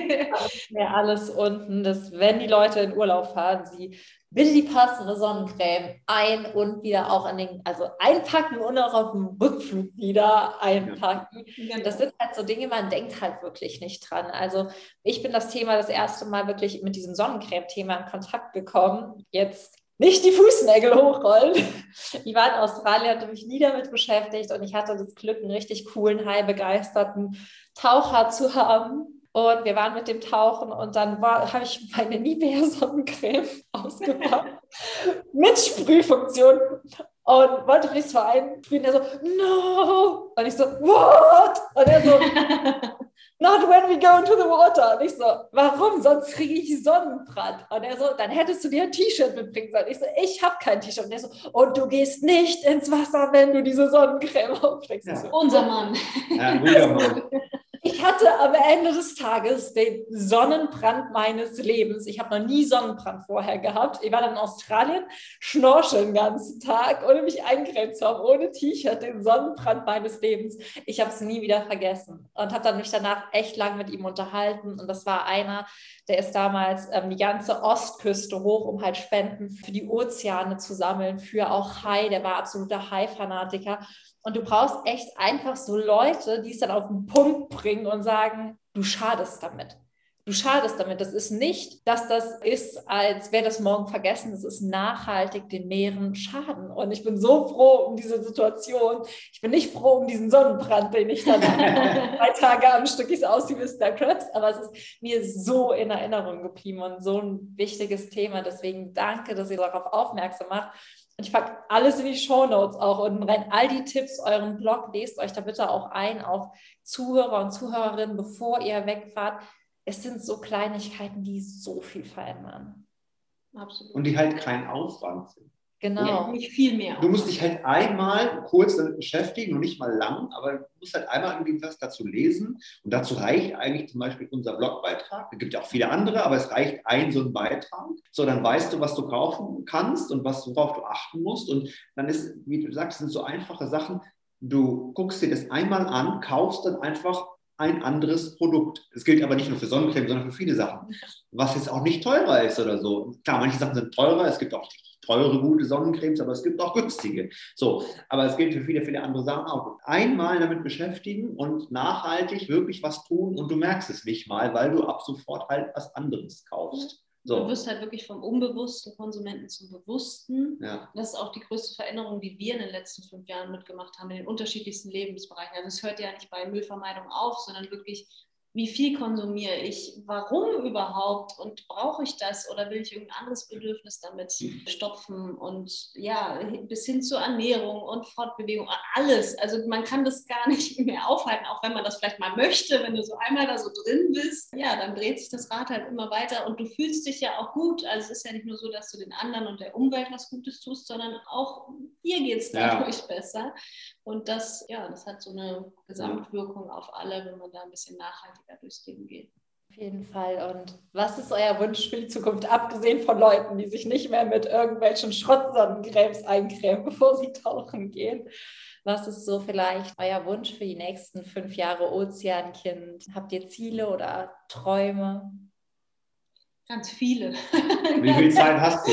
Ja, alles unten, dass wenn die Leute in Urlaub fahren, sie bitte die passende Sonnencreme ein und wieder auch einpacken und auch auf dem Rückflug wieder einpacken. Ja. Das sind halt so Dinge, man denkt halt wirklich nicht dran. Also ich bin das erste Mal wirklich mit diesem Sonnencreme-Thema in Kontakt gekommen. Jetzt nicht die Fußnägel hochrollen. Ich war in Australien, hatte mich nie damit beschäftigt und ich hatte das Glück, einen richtig coolen, heilbegeisterten Taucher zu haben. Und wir waren mit dem Tauchen und dann habe ich meine Nivea-Sonnencreme ausgepackt mit Sprühfunktion und wollte mich zwar einsprühen. Er so, no! Und ich so, what? Und er so, not when we go into the water. Und ich so, warum? Sonst kriege ich Sonnenbrand. Und er so, dann hättest du dir ein T-Shirt mitbringen sollen. Ich so, ich habe kein T-Shirt. Und er so, und du gehst nicht ins Wasser, wenn du diese Sonnencreme aufsteckst. Ja. So, unser Mann. Ja, guter Mann. Ich hatte am Ende des Tages den Sonnenbrand meines Lebens. Ich habe noch nie Sonnenbrand vorher gehabt. Ich war dann in Australien, schnorcheln den ganzen Tag, ohne mich eingecremt zu haben, ohne T-Shirt, den Sonnenbrand meines Lebens. Ich habe es nie wieder vergessen und habe dann mich danach echt lang mit ihm unterhalten. Und das war einer, der ist damals die ganze Ostküste hoch, um halt Spenden für die Ozeane zu sammeln, für auch Hai. Der war absoluter Hai-Fanatiker. Und du brauchst echt einfach so Leute, die es dann auf den Punkt bringen und sagen, du schadest damit. Du schadest damit. Das ist nicht, dass das ist, als wäre das morgen vergessen. Das ist nachhaltig den Meeren schaden. Und ich bin so froh um diese Situation. Ich bin nicht froh um diesen Sonnenbrand, den ich dann 3 Tage am Stück so aus wie Mr. Krabs. Aber es ist mir so in Erinnerung geblieben und so ein wichtiges Thema. Deswegen danke, dass ihr darauf aufmerksam macht. Und ich packe alles in die Shownotes auch und rein all die Tipps, euren Blog, lest euch da bitte auch ein, auch Zuhörer und Zuhörerinnen, bevor ihr wegfahrt. Es sind so Kleinigkeiten, die so viel verändern. Absolut. Und die halt kein Aufwand sind. Genau. Ja, nicht viel mehr. Du musst dich halt einmal kurz damit beschäftigen und nicht mal lang, aber du musst halt einmal irgendwie was dazu lesen. Und dazu reicht eigentlich zum Beispiel unser Blogbeitrag. Es gibt ja auch viele andere, aber es reicht so ein Beitrag. So, dann weißt du, was du kaufen kannst und worauf du achten musst. Und dann ist, wie du sagst, sind so einfache Sachen. Du guckst dir das einmal an, kaufst dann einfach ein anderes Produkt. Das gilt aber nicht nur für Sonnencreme, sondern für viele Sachen. Was jetzt auch nicht teurer ist oder so. Klar, manche Sachen sind teurer, es gibt auch teure, gute Sonnencremes, aber es gibt auch günstige. So, aber es gilt für viele, viele andere Sachen auch. Einmal damit beschäftigen und nachhaltig wirklich was tun und du merkst es nicht mal, weil du ab sofort halt was anderes kaufst. So. Du wirst halt wirklich vom unbewussten Konsumenten zum Bewussten. Ja. Das ist auch die größte Veränderung, die wir in den letzten 5 Jahren mitgemacht haben, in den unterschiedlichsten Lebensbereichen. Also es hört ja nicht bei Müllvermeidung auf, sondern wirklich, wie viel konsumiere ich, warum überhaupt und brauche ich das oder will ich irgendein anderes Bedürfnis damit stopfen und ja, bis hin zur Ernährung und Fortbewegung, alles. Also man kann das gar nicht mehr aufhalten, auch wenn man das vielleicht mal möchte, wenn du so einmal da so drin bist, ja, dann dreht sich das Rad halt immer weiter und du fühlst dich ja auch gut. Also es ist ja nicht nur so, dass du den anderen und der Umwelt was Gutes tust, sondern auch dir geht es dadurch besser. Und das, ja, das hat so eine Gesamtwirkung auf alle, wenn man da ein bisschen nachhaltiger durchs Leben geht. Auf jeden Fall. Und was ist euer Wunsch für die Zukunft, abgesehen von Leuten, die sich nicht mehr mit irgendwelchen Schrottsonnencremes eincremen, bevor sie tauchen gehen? Was ist so vielleicht euer Wunsch für die nächsten 5 Jahre Ozeankind? Habt ihr Ziele oder Träume? Ganz viele. Wie viel Zeit hast du?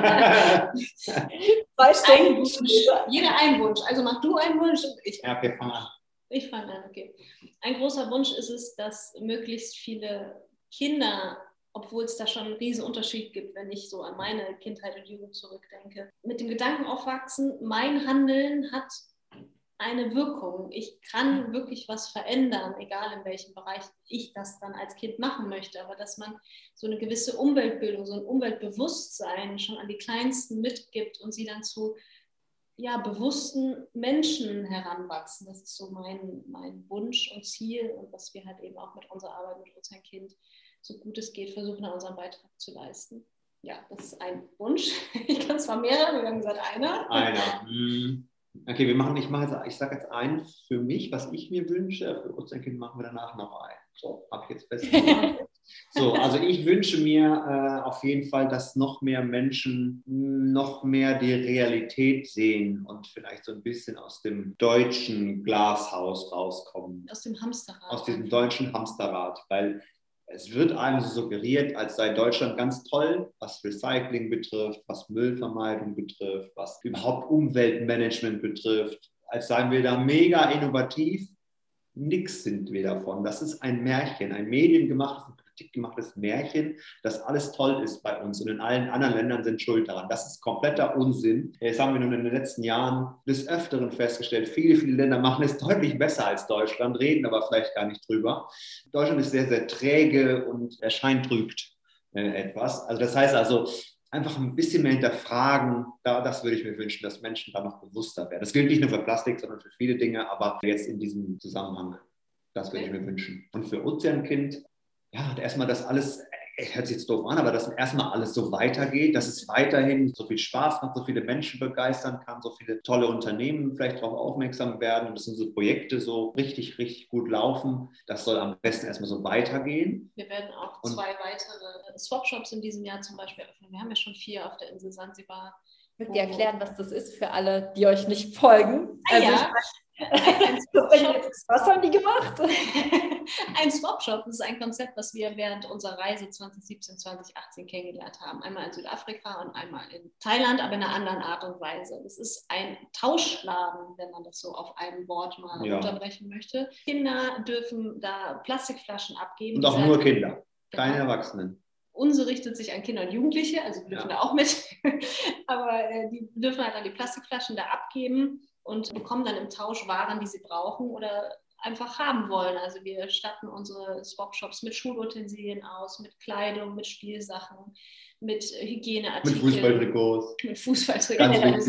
2 Stunden. Ein Wunsch. Jeder ein Wunsch. Also mach du einen Wunsch und ich. Ja, okay, fang an. Ich fange an, okay. Ein großer Wunsch ist es, dass möglichst viele Kinder, obwohl es da schon einen riesen Unterschied gibt, wenn ich so an meine Kindheit und Jugend zurückdenke, mit dem Gedanken aufwachsen, mein Handeln hat eine Wirkung. Ich kann wirklich was verändern, egal in welchem Bereich ich das dann als Kind machen möchte, aber dass man so eine gewisse Umweltbildung, so ein Umweltbewusstsein schon an die Kleinsten mitgibt und sie dann zu bewussten Menschen heranwachsen. Das ist so mein Wunsch und Ziel und was wir halt eben auch mit unserer Arbeit mit unserem Kind, so gut es geht, versuchen, unseren Beitrag zu leisten. Ja, das ist ein Wunsch. Ich kann zwar mehrere, wir haben gesagt einer. Okay, ich sage jetzt einen für mich, was ich mir wünsche. Für unser Kind machen wir danach noch einen. So, habe ich jetzt festgemacht. So, also ich wünsche mir auf jeden Fall, dass noch mehr Menschen noch mehr die Realität sehen und vielleicht so ein bisschen aus dem deutschen Glashaus rauskommen. Aus dem Hamsterrad. Aus diesem deutschen Hamsterrad, weil es wird einem so suggeriert, als sei Deutschland ganz toll, was Recycling betrifft, was Müllvermeidung betrifft, was überhaupt Umweltmanagement betrifft, als seien wir da mega innovativ. Nix sind wir davon. Das ist ein Märchen, ein mediengemachtes, ein politikgemachtes Märchen, dass alles toll ist bei uns und in allen anderen Ländern sind schuld daran. Das ist kompletter Unsinn. Das haben wir nun in den letzten Jahren des Öfteren festgestellt. Viele, viele Länder machen es deutlich besser als Deutschland, reden aber vielleicht gar nicht drüber. Deutschland ist sehr, sehr träge und erscheint trügt etwas. Also das heißt also, einfach ein bisschen mehr hinterfragen, das würde ich mir wünschen, dass Menschen da noch bewusster werden. Das gilt nicht nur für Plastik, sondern für viele Dinge, aber jetzt in diesem Zusammenhang, das würde ich mir wünschen. Und für Ozeankind, ja, erstmal, dass alles hört sich jetzt doof an, aber dass erstmal alles so weitergeht, dass es weiterhin so viel Spaß macht, so viele Menschen begeistern kann, so viele tolle Unternehmen vielleicht darauf aufmerksam werden und dass unsere Projekte so richtig, richtig gut laufen. Das soll am besten erstmal so weitergehen. Wir werden auch 2 weitere Swapshops in diesem Jahr zum Beispiel öffnen. Wir haben ja schon 4 auf der Insel Sansibar. Könnt ihr erklären, was das ist für alle, die euch nicht folgen? Was haben die gemacht? Ein Swapshop, das ist ein Konzept, was wir während unserer Reise 2017, 2018 kennengelernt haben. Einmal in Südafrika und einmal in Thailand, aber in einer anderen Art und Weise. Das ist ein Tauschladen, wenn man das so auf einem Wort mal unterbrechen möchte. Kinder dürfen da Plastikflaschen abgeben. Und auch nur Kinder, keine Erwachsenen. Unsere richtet sich an Kinder und Jugendliche, also wir dürfen da auch mit. Aber die dürfen halt dann die Plastikflaschen da abgeben und bekommen dann im Tausch Waren, die sie brauchen oder einfach haben wollen. Also wir statten unsere Swapshops mit Schulutensilien aus, mit Kleidung, mit Spielsachen, mit Hygieneartikeln. Mit Fußballtrikots.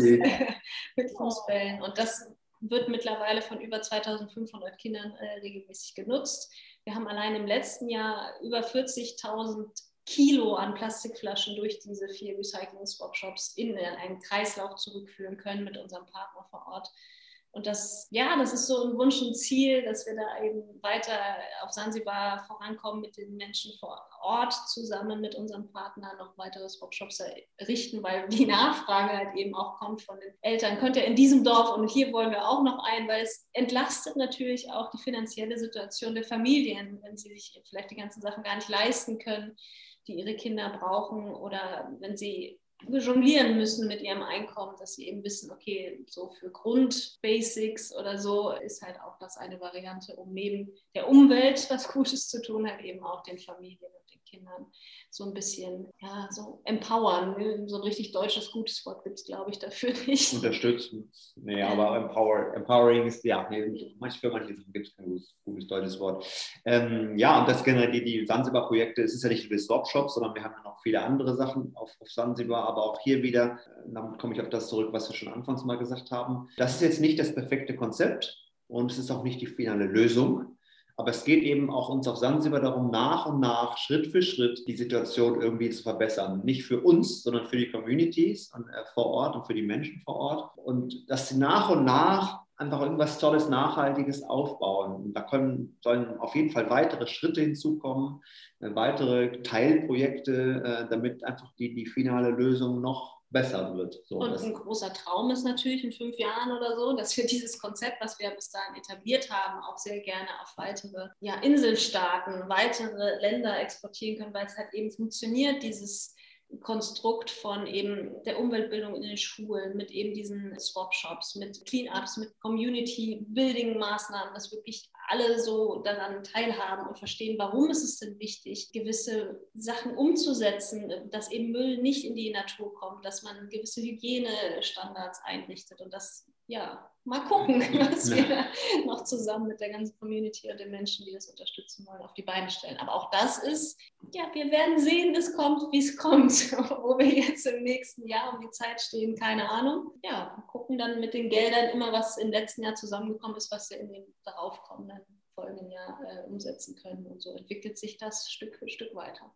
Mit Fußbällen. Und das wird mittlerweile von über 2500 Kindern regelmäßig genutzt. Wir haben allein im letzten Jahr über 40.000 Kilo an Plastikflaschen durch diese 4 Recycling-Swap-Shops in einen Kreislauf zurückführen können mit unserem Partner vor Ort. Und das ist so ein Wunsch und Ziel, dass wir da eben weiter auf Sansibar vorankommen mit den Menschen vor Ort, zusammen mit unserem Partner noch weitere Swap-Shops errichten, weil die Nachfrage halt eben auch kommt von den Eltern. Könnt ihr in diesem Dorf und hier wollen wir auch noch ein, weil es entlastet natürlich auch die finanzielle Situation der Familien, wenn sie sich vielleicht die ganzen Sachen gar nicht leisten können, die ihre Kinder brauchen oder wenn sie jonglieren müssen mit ihrem Einkommen, dass sie eben wissen, okay, so für Grundbasics oder so ist halt auch das eine Variante, um neben der Umwelt was Gutes zu tun, halt eben auch den Familien und den Kindern so ein bisschen, so empowern. So ein richtig deutsches, gutes Wort gibt es, glaube ich, dafür nicht. Unterstützen. Nee, aber empowering ist, für manche gibt es kein gutes deutsches Wort. Und das generell die Sansibar-Projekte, es ist ja nicht nur die Swap-Shops, sondern wir haben ja noch viele andere Sachen auf Sansibar, aber auch hier wieder, damit komme ich auf das zurück, was wir schon anfangs mal gesagt haben. Das ist jetzt nicht das perfekte Konzept und es ist auch nicht die finale Lösung. Aber es geht eben auch uns auf Sansibar darum, nach und nach, Schritt für Schritt, die Situation irgendwie zu verbessern. Nicht für uns, sondern für die Communities vor Ort und für die Menschen vor Ort. Und dass sie nach und nach einfach irgendwas Tolles, Nachhaltiges aufbauen. Und da sollen auf jeden Fall weitere Schritte hinzukommen, weitere Teilprojekte, damit einfach die finale Lösung noch besser wird. So, und ein großer Traum ist natürlich in 5 Jahren oder so, dass wir dieses Konzept, was wir bis dahin etabliert haben, auch sehr gerne auf weitere Inselstaaten, weitere Länder exportieren können, weil es halt eben funktioniert, dieses Konstrukt von eben der Umweltbildung in den Schulen, mit eben diesen Swap-Shops, mit Clean-Ups, mit Community-Building-Maßnahmen, dass wirklich alle so daran teilhaben und verstehen, warum ist es denn wichtig, gewisse Sachen umzusetzen, dass eben Müll nicht in die Natur kommt, dass man gewisse Hygienestandards einrichtet und das, mal gucken, was wir da noch zusammen mit der ganzen Community und den Menschen, die das unterstützen wollen, auf die Beine stellen. Aber auch das ist, wir werden sehen, es kommt, wie es kommt. Wo wir jetzt im nächsten Jahr um die Zeit stehen, keine Ahnung. Wir gucken dann mit den Geldern immer, was im letzten Jahr zusammengekommen ist, was wir in dem daraufkommenden folgenden Jahr umsetzen können. Und so entwickelt sich das Stück für Stück weiter.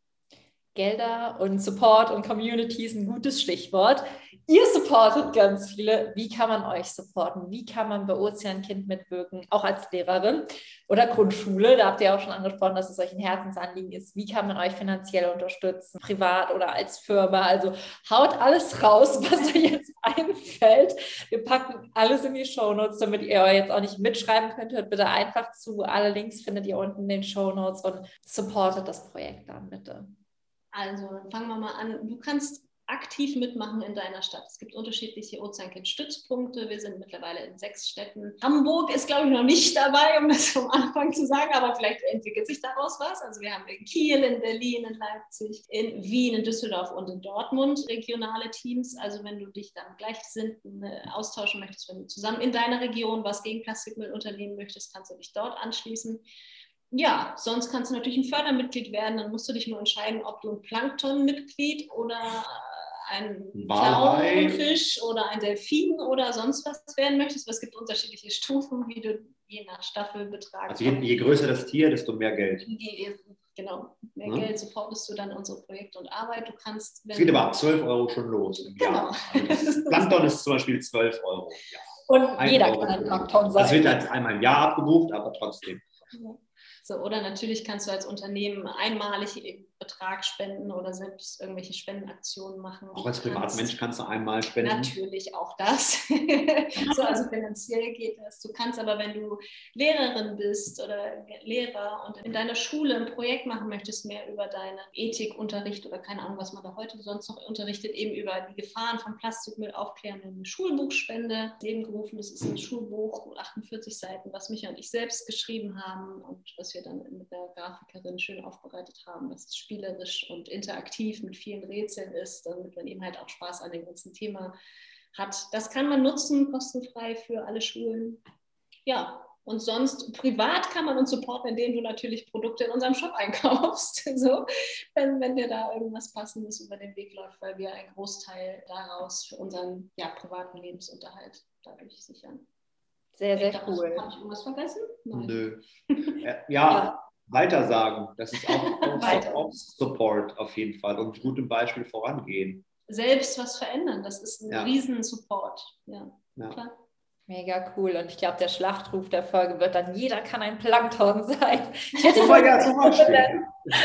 Gelder und Support und Community ist ein gutes Stichwort. Ihr supportet ganz viele. Wie kann man euch supporten? Wie kann man bei Ozeankind mitwirken? Auch als Lehrerin oder Grundschule. Da habt ihr auch schon angesprochen, dass es euch ein Herzensanliegen ist. Wie kann man euch finanziell unterstützen? Privat oder als Firma? Also haut alles raus, was euch jetzt einfällt. Wir packen alles in die Shownotes, damit ihr jetzt auch nicht mitschreiben könnt. Hört bitte einfach zu. Alle Links findet ihr unten in den Shownotes und supportet das Projekt dann bitte. Also, fangen wir mal an. Du kannst aktiv mitmachen in deiner Stadt. Es gibt unterschiedliche Ozeankind-Stützpunkte. Wir sind mittlerweile in 6 Städten. Hamburg ist, glaube ich, noch nicht dabei, um das vom Anfang zu sagen, aber vielleicht entwickelt sich daraus was. Also wir haben in Kiel, in Berlin, in Leipzig, in Wien, in Düsseldorf und in Dortmund regionale Teams. Also wenn du dich dann Gleichgesinnten austauschen möchtest, wenn du zusammen in deiner Region was gegen Plastikmüll unternehmen möchtest, kannst du dich dort anschließen. Sonst kannst du natürlich ein Fördermitglied werden. Dann musst du dich nur entscheiden, ob du ein Plankton-Mitglied oder ein Clownfisch oder ein Delfin oder sonst was werden möchtest. Es gibt unterschiedliche Stufen, wie du je nach Staffelbetrag. Also je größer das Tier, desto mehr Geld. Genau, mehr Geld supportest du dann unsere Projekte und Arbeit. Du kannst... Es geht aber ab 12 Euro schon los im Jahr. Also Plankton ist zum Beispiel 12 Euro. Ja. Und jeder kann ein Plankton sein. Das wird halt einmal im Jahr abgebucht, aber trotzdem. Ja. So, oder natürlich kannst du als Unternehmen einmalig Betrag spenden oder selbst irgendwelche Spendenaktionen machen. Auch als Privatmensch kannst du einmal spenden. Natürlich auch das. So, also finanziell geht das. Du kannst aber, wenn du Lehrerin bist oder Lehrer und in deiner Schule ein Projekt machen möchtest, mehr über deinen Ethikunterricht oder keine Ahnung, was man da heute sonst noch unterrichtet, eben über die Gefahren von Plastikmüll aufklären, eine Schulbuchspende Leben gerufen. Das ist ein Schulbuch, 48 Seiten, was Micha und ich selbst geschrieben haben und was wir dann mit der Grafikerin schön aufbereitet haben, dass es spielerisch und interaktiv mit vielen Rätseln ist, damit man eben halt auch Spaß an dem ganzen Thema hat. Das kann man nutzen, kostenfrei für alle Schulen. Ja, und sonst privat kann man uns supporten, indem du natürlich Produkte in unserem Shop einkaufst, so, wenn dir da irgendwas Passendes über den Weg läuft, weil wir einen Großteil daraus für unseren privaten Lebensunterhalt dadurch sichern. Sehr, sehr cool. Habe ich irgendwas vergessen? Nein. Nö. Ja. Weitersagen, das ist auch Support auf jeden Fall und mit gutem Beispiel vorangehen. Selbst was verändern, das ist ein Riesen-Support. Ja, klar. Mega cool. Und ich glaube, der Schlachtruf der Folge wird dann, jeder kann ein Plankton sein. Zum Beispiel.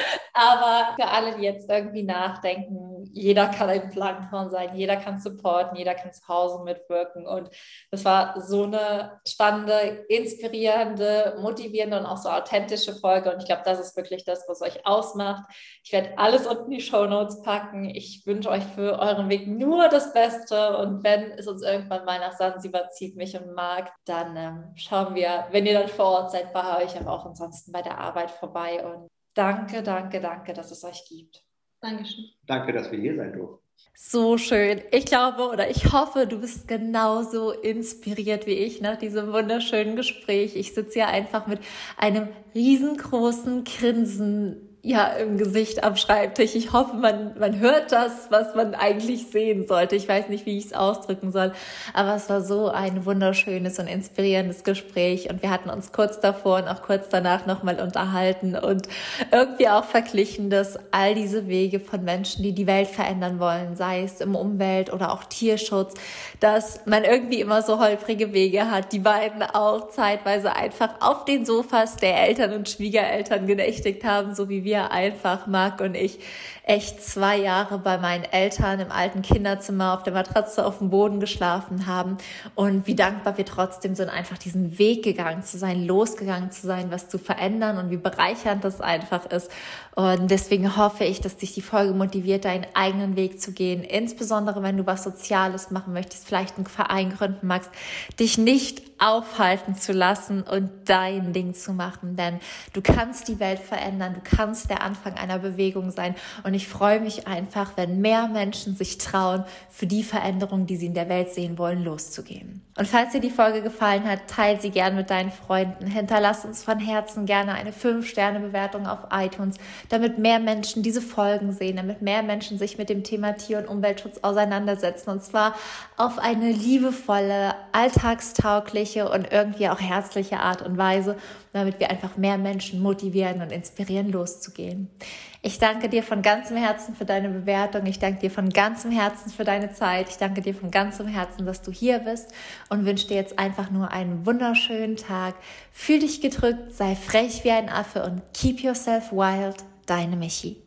Aber für alle, die jetzt irgendwie nachdenken, jeder kann ein Plankton sein, jeder kann supporten, jeder kann zu Hause mitwirken. Und das war so eine spannende, inspirierende, motivierende und auch so authentische Folge. Und ich glaube, das ist wirklich das, was euch ausmacht. Ich werde alles unten in die Shownotes packen. Ich wünsche euch für euren Weg nur das Beste. Und wenn es uns irgendwann mal nach Sansibar zieht, mich und Marc, dann schauen wir, wenn ihr dann vor Ort seid, bei euch, aber auch ansonsten bei der Arbeit vorbei. Und danke, dass es euch gibt. Dankeschön. Danke, dass wir hier sein durften. So schön. Ich glaube oder ich hoffe, du bist genauso inspiriert wie ich nach diesem wunderschönen Gespräch. Ich sitze hier einfach mit einem riesengroßen Grinsen im Gesicht am Schreibtisch. Ich hoffe, man hört das, was man eigentlich sehen sollte. Ich weiß nicht, wie ich es ausdrücken soll, aber es war so ein wunderschönes und inspirierendes Gespräch und wir hatten uns kurz davor und auch kurz danach nochmal unterhalten und irgendwie auch verglichen, dass all diese Wege von Menschen, die die Welt verändern wollen, sei es im Umwelt- oder auch Tierschutz, dass man irgendwie immer so holprige Wege hat. Die beiden auch zeitweise einfach auf den Sofas der Eltern und Schwiegereltern genächtigt haben, so wie wir einfach, Marc und ich, echt 2 Jahre bei meinen Eltern im alten Kinderzimmer auf der Matratze auf dem Boden geschlafen haben und wie dankbar wir trotzdem sind, einfach diesen Weg gegangen zu sein, losgegangen zu sein, was zu verändern und wie bereichernd das einfach ist. Und deswegen hoffe ich, dass dich die Folge motiviert, deinen eigenen Weg zu gehen, insbesondere wenn du was Soziales machen möchtest, vielleicht einen Verein gründen magst, dich nicht aufhalten zu lassen und dein Ding zu machen, denn du kannst die Welt verändern, du kannst der Anfang einer Bewegung sein und ich freue mich einfach, wenn mehr Menschen sich trauen, für die Veränderung, die sie in der Welt sehen wollen, loszugehen. Und falls dir die Folge gefallen hat, teile sie gern mit deinen Freunden, hinterlass uns von Herzen gerne eine 5-Sterne-Bewertung auf iTunes, damit mehr Menschen diese Folgen sehen, damit mehr Menschen sich mit dem Thema Tier- und Umweltschutz auseinandersetzen und zwar auf eine liebevolle, alltagstaugliche und irgendwie auch herzliche Art und Weise, damit wir einfach mehr Menschen motivieren und inspirieren, loszugehen. Ich danke dir von ganzem Herzen für deine Bewertung. Ich danke dir von ganzem Herzen für deine Zeit. Ich danke dir von ganzem Herzen, dass du hier bist und wünsche dir jetzt einfach nur einen wunderschönen Tag. Fühl dich gedrückt, sei frech wie ein Affe und keep yourself wild. Deine Michi.